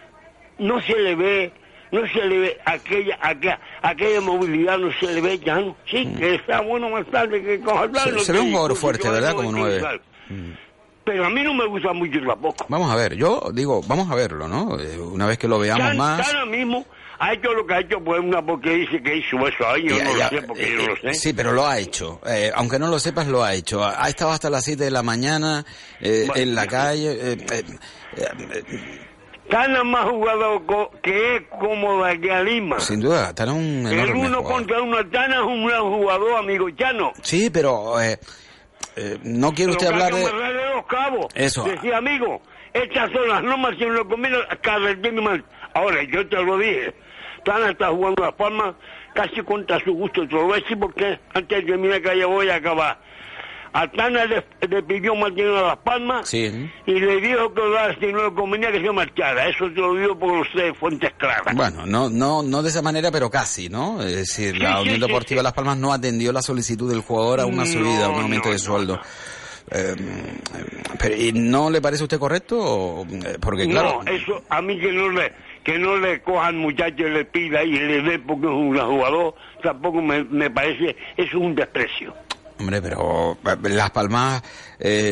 no se le ve, no se le ve aquella, aquella, aquella movilidad, no se le ve ya, ¿no? Sí, mm. que está bueno más tarde que con Se, se ve un jugador fuerte, ¿verdad? Como nueve. Mm. Pero a mí no me gusta mucho tampoco. Vamos a ver, yo digo, vamos a verlo, ¿no? Una vez que lo veamos Tan, más... Ahora mismo ha hecho lo que ha hecho, pues una porque dice que hizo eso ahí, yo ya, no ya, lo sé porque eh, yo no lo sé. Sí, pero lo ha hecho. Eh, aunque no lo sepas, lo ha hecho. Ha estado hasta las siete de la mañana eh, bueno, en la calle... Eh, eh, eh, Tana más jugador que es como de aquí a Lima. Sin duda, Tana es un enorme El uno jugador. contra uno, Tana es un gran jugador, amigo Chano. Sí, pero eh, eh, no quiere usted pero hablar de... de los cabos. Eso. Decía, amigo, estas son las normas que uno combina carretera mal. Ahora, yo te lo dije, Tana está jugando Las Palmas casi contra su gusto. Te lo voy a decir porque antes de terminar que ya voy a acabar. A Tana le, le pidió mantener a Las Palmas sí. y le dijo que si no le convenía que se marchara. Eso te lo digo por usted, fuentes claras. Bueno, no no no de esa manera, pero casi, ¿no? Es decir, sí, la sí, Unión sí, Deportiva sí. Las Palmas no atendió la solicitud del jugador a una no, subida, a un aumento no, de sueldo. No, no. Eh, pero, ¿y no le parece a usted correcto? O, porque claro... No, eso a mí que no le que no le cojan muchachos y le pida y le dé porque es un jugador, tampoco me, me parece, eso es un desprecio. Hombre, pero Las Palmas, eh,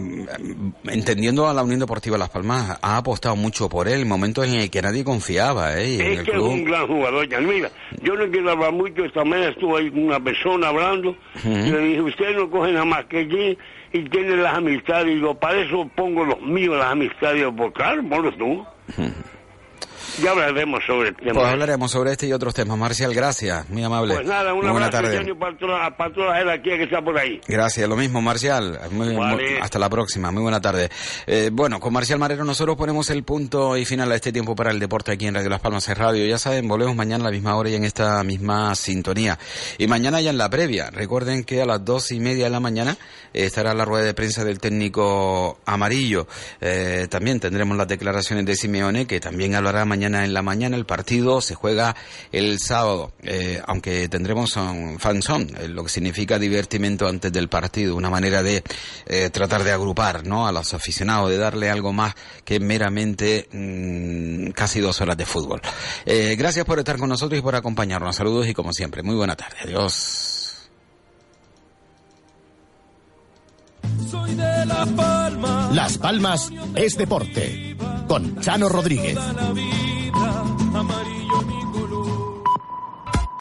entendiendo a la Unión Deportiva Las Palmas, ha apostado mucho por él, momentos en el que nadie confiaba, ¿eh? Y es en el que club... es un gran jugador, ya. Mira, yo no quiero hablar mucho, esta mañana estuvo ahí con una persona hablando, uh-huh. y le dije, usted no coge nada más que aquí y tiene las amistades, y digo, para eso pongo los míos, las amistades, por claro, ponlos tú. Uh-huh. Ya hablaremos sobre el tema. Pues hablaremos sobre este y otros temas. Marcial, gracias, muy amable. Pues nada, un muy buena abrazo tarde. Antonio, para toda, para toda la gente aquí que está por ahí. Gracias, lo mismo, Marcial. Muy, Vale. muy, hasta la próxima, muy buena tarde. Eh, bueno, con Marcial Marero nosotros ponemos el punto y final a este tiempo para el deporte aquí en Radio Las Palmas en Radio. Ya saben, volvemos mañana a la misma hora y en esta misma sintonía. Y mañana ya en la previa. Recuerden que a las dos y media de la mañana eh, estará la rueda de prensa del técnico Amarillo. Eh, también tendremos las declaraciones de Simeone, que también hablará mañana en la mañana. El partido se juega el sábado, eh, aunque tendremos un fanzón, eh, lo que significa divertimento antes del partido, una manera de eh, tratar de agrupar, ¿no?, a los aficionados, de darle algo más que meramente mmm, casi dos horas de fútbol. Eh, gracias por estar con nosotros y por acompañarnos. Saludos y como siempre, muy buena tarde. Adiós. Soy de Las Palmas. Las Palmas es deporte. Con Chano Rodríguez.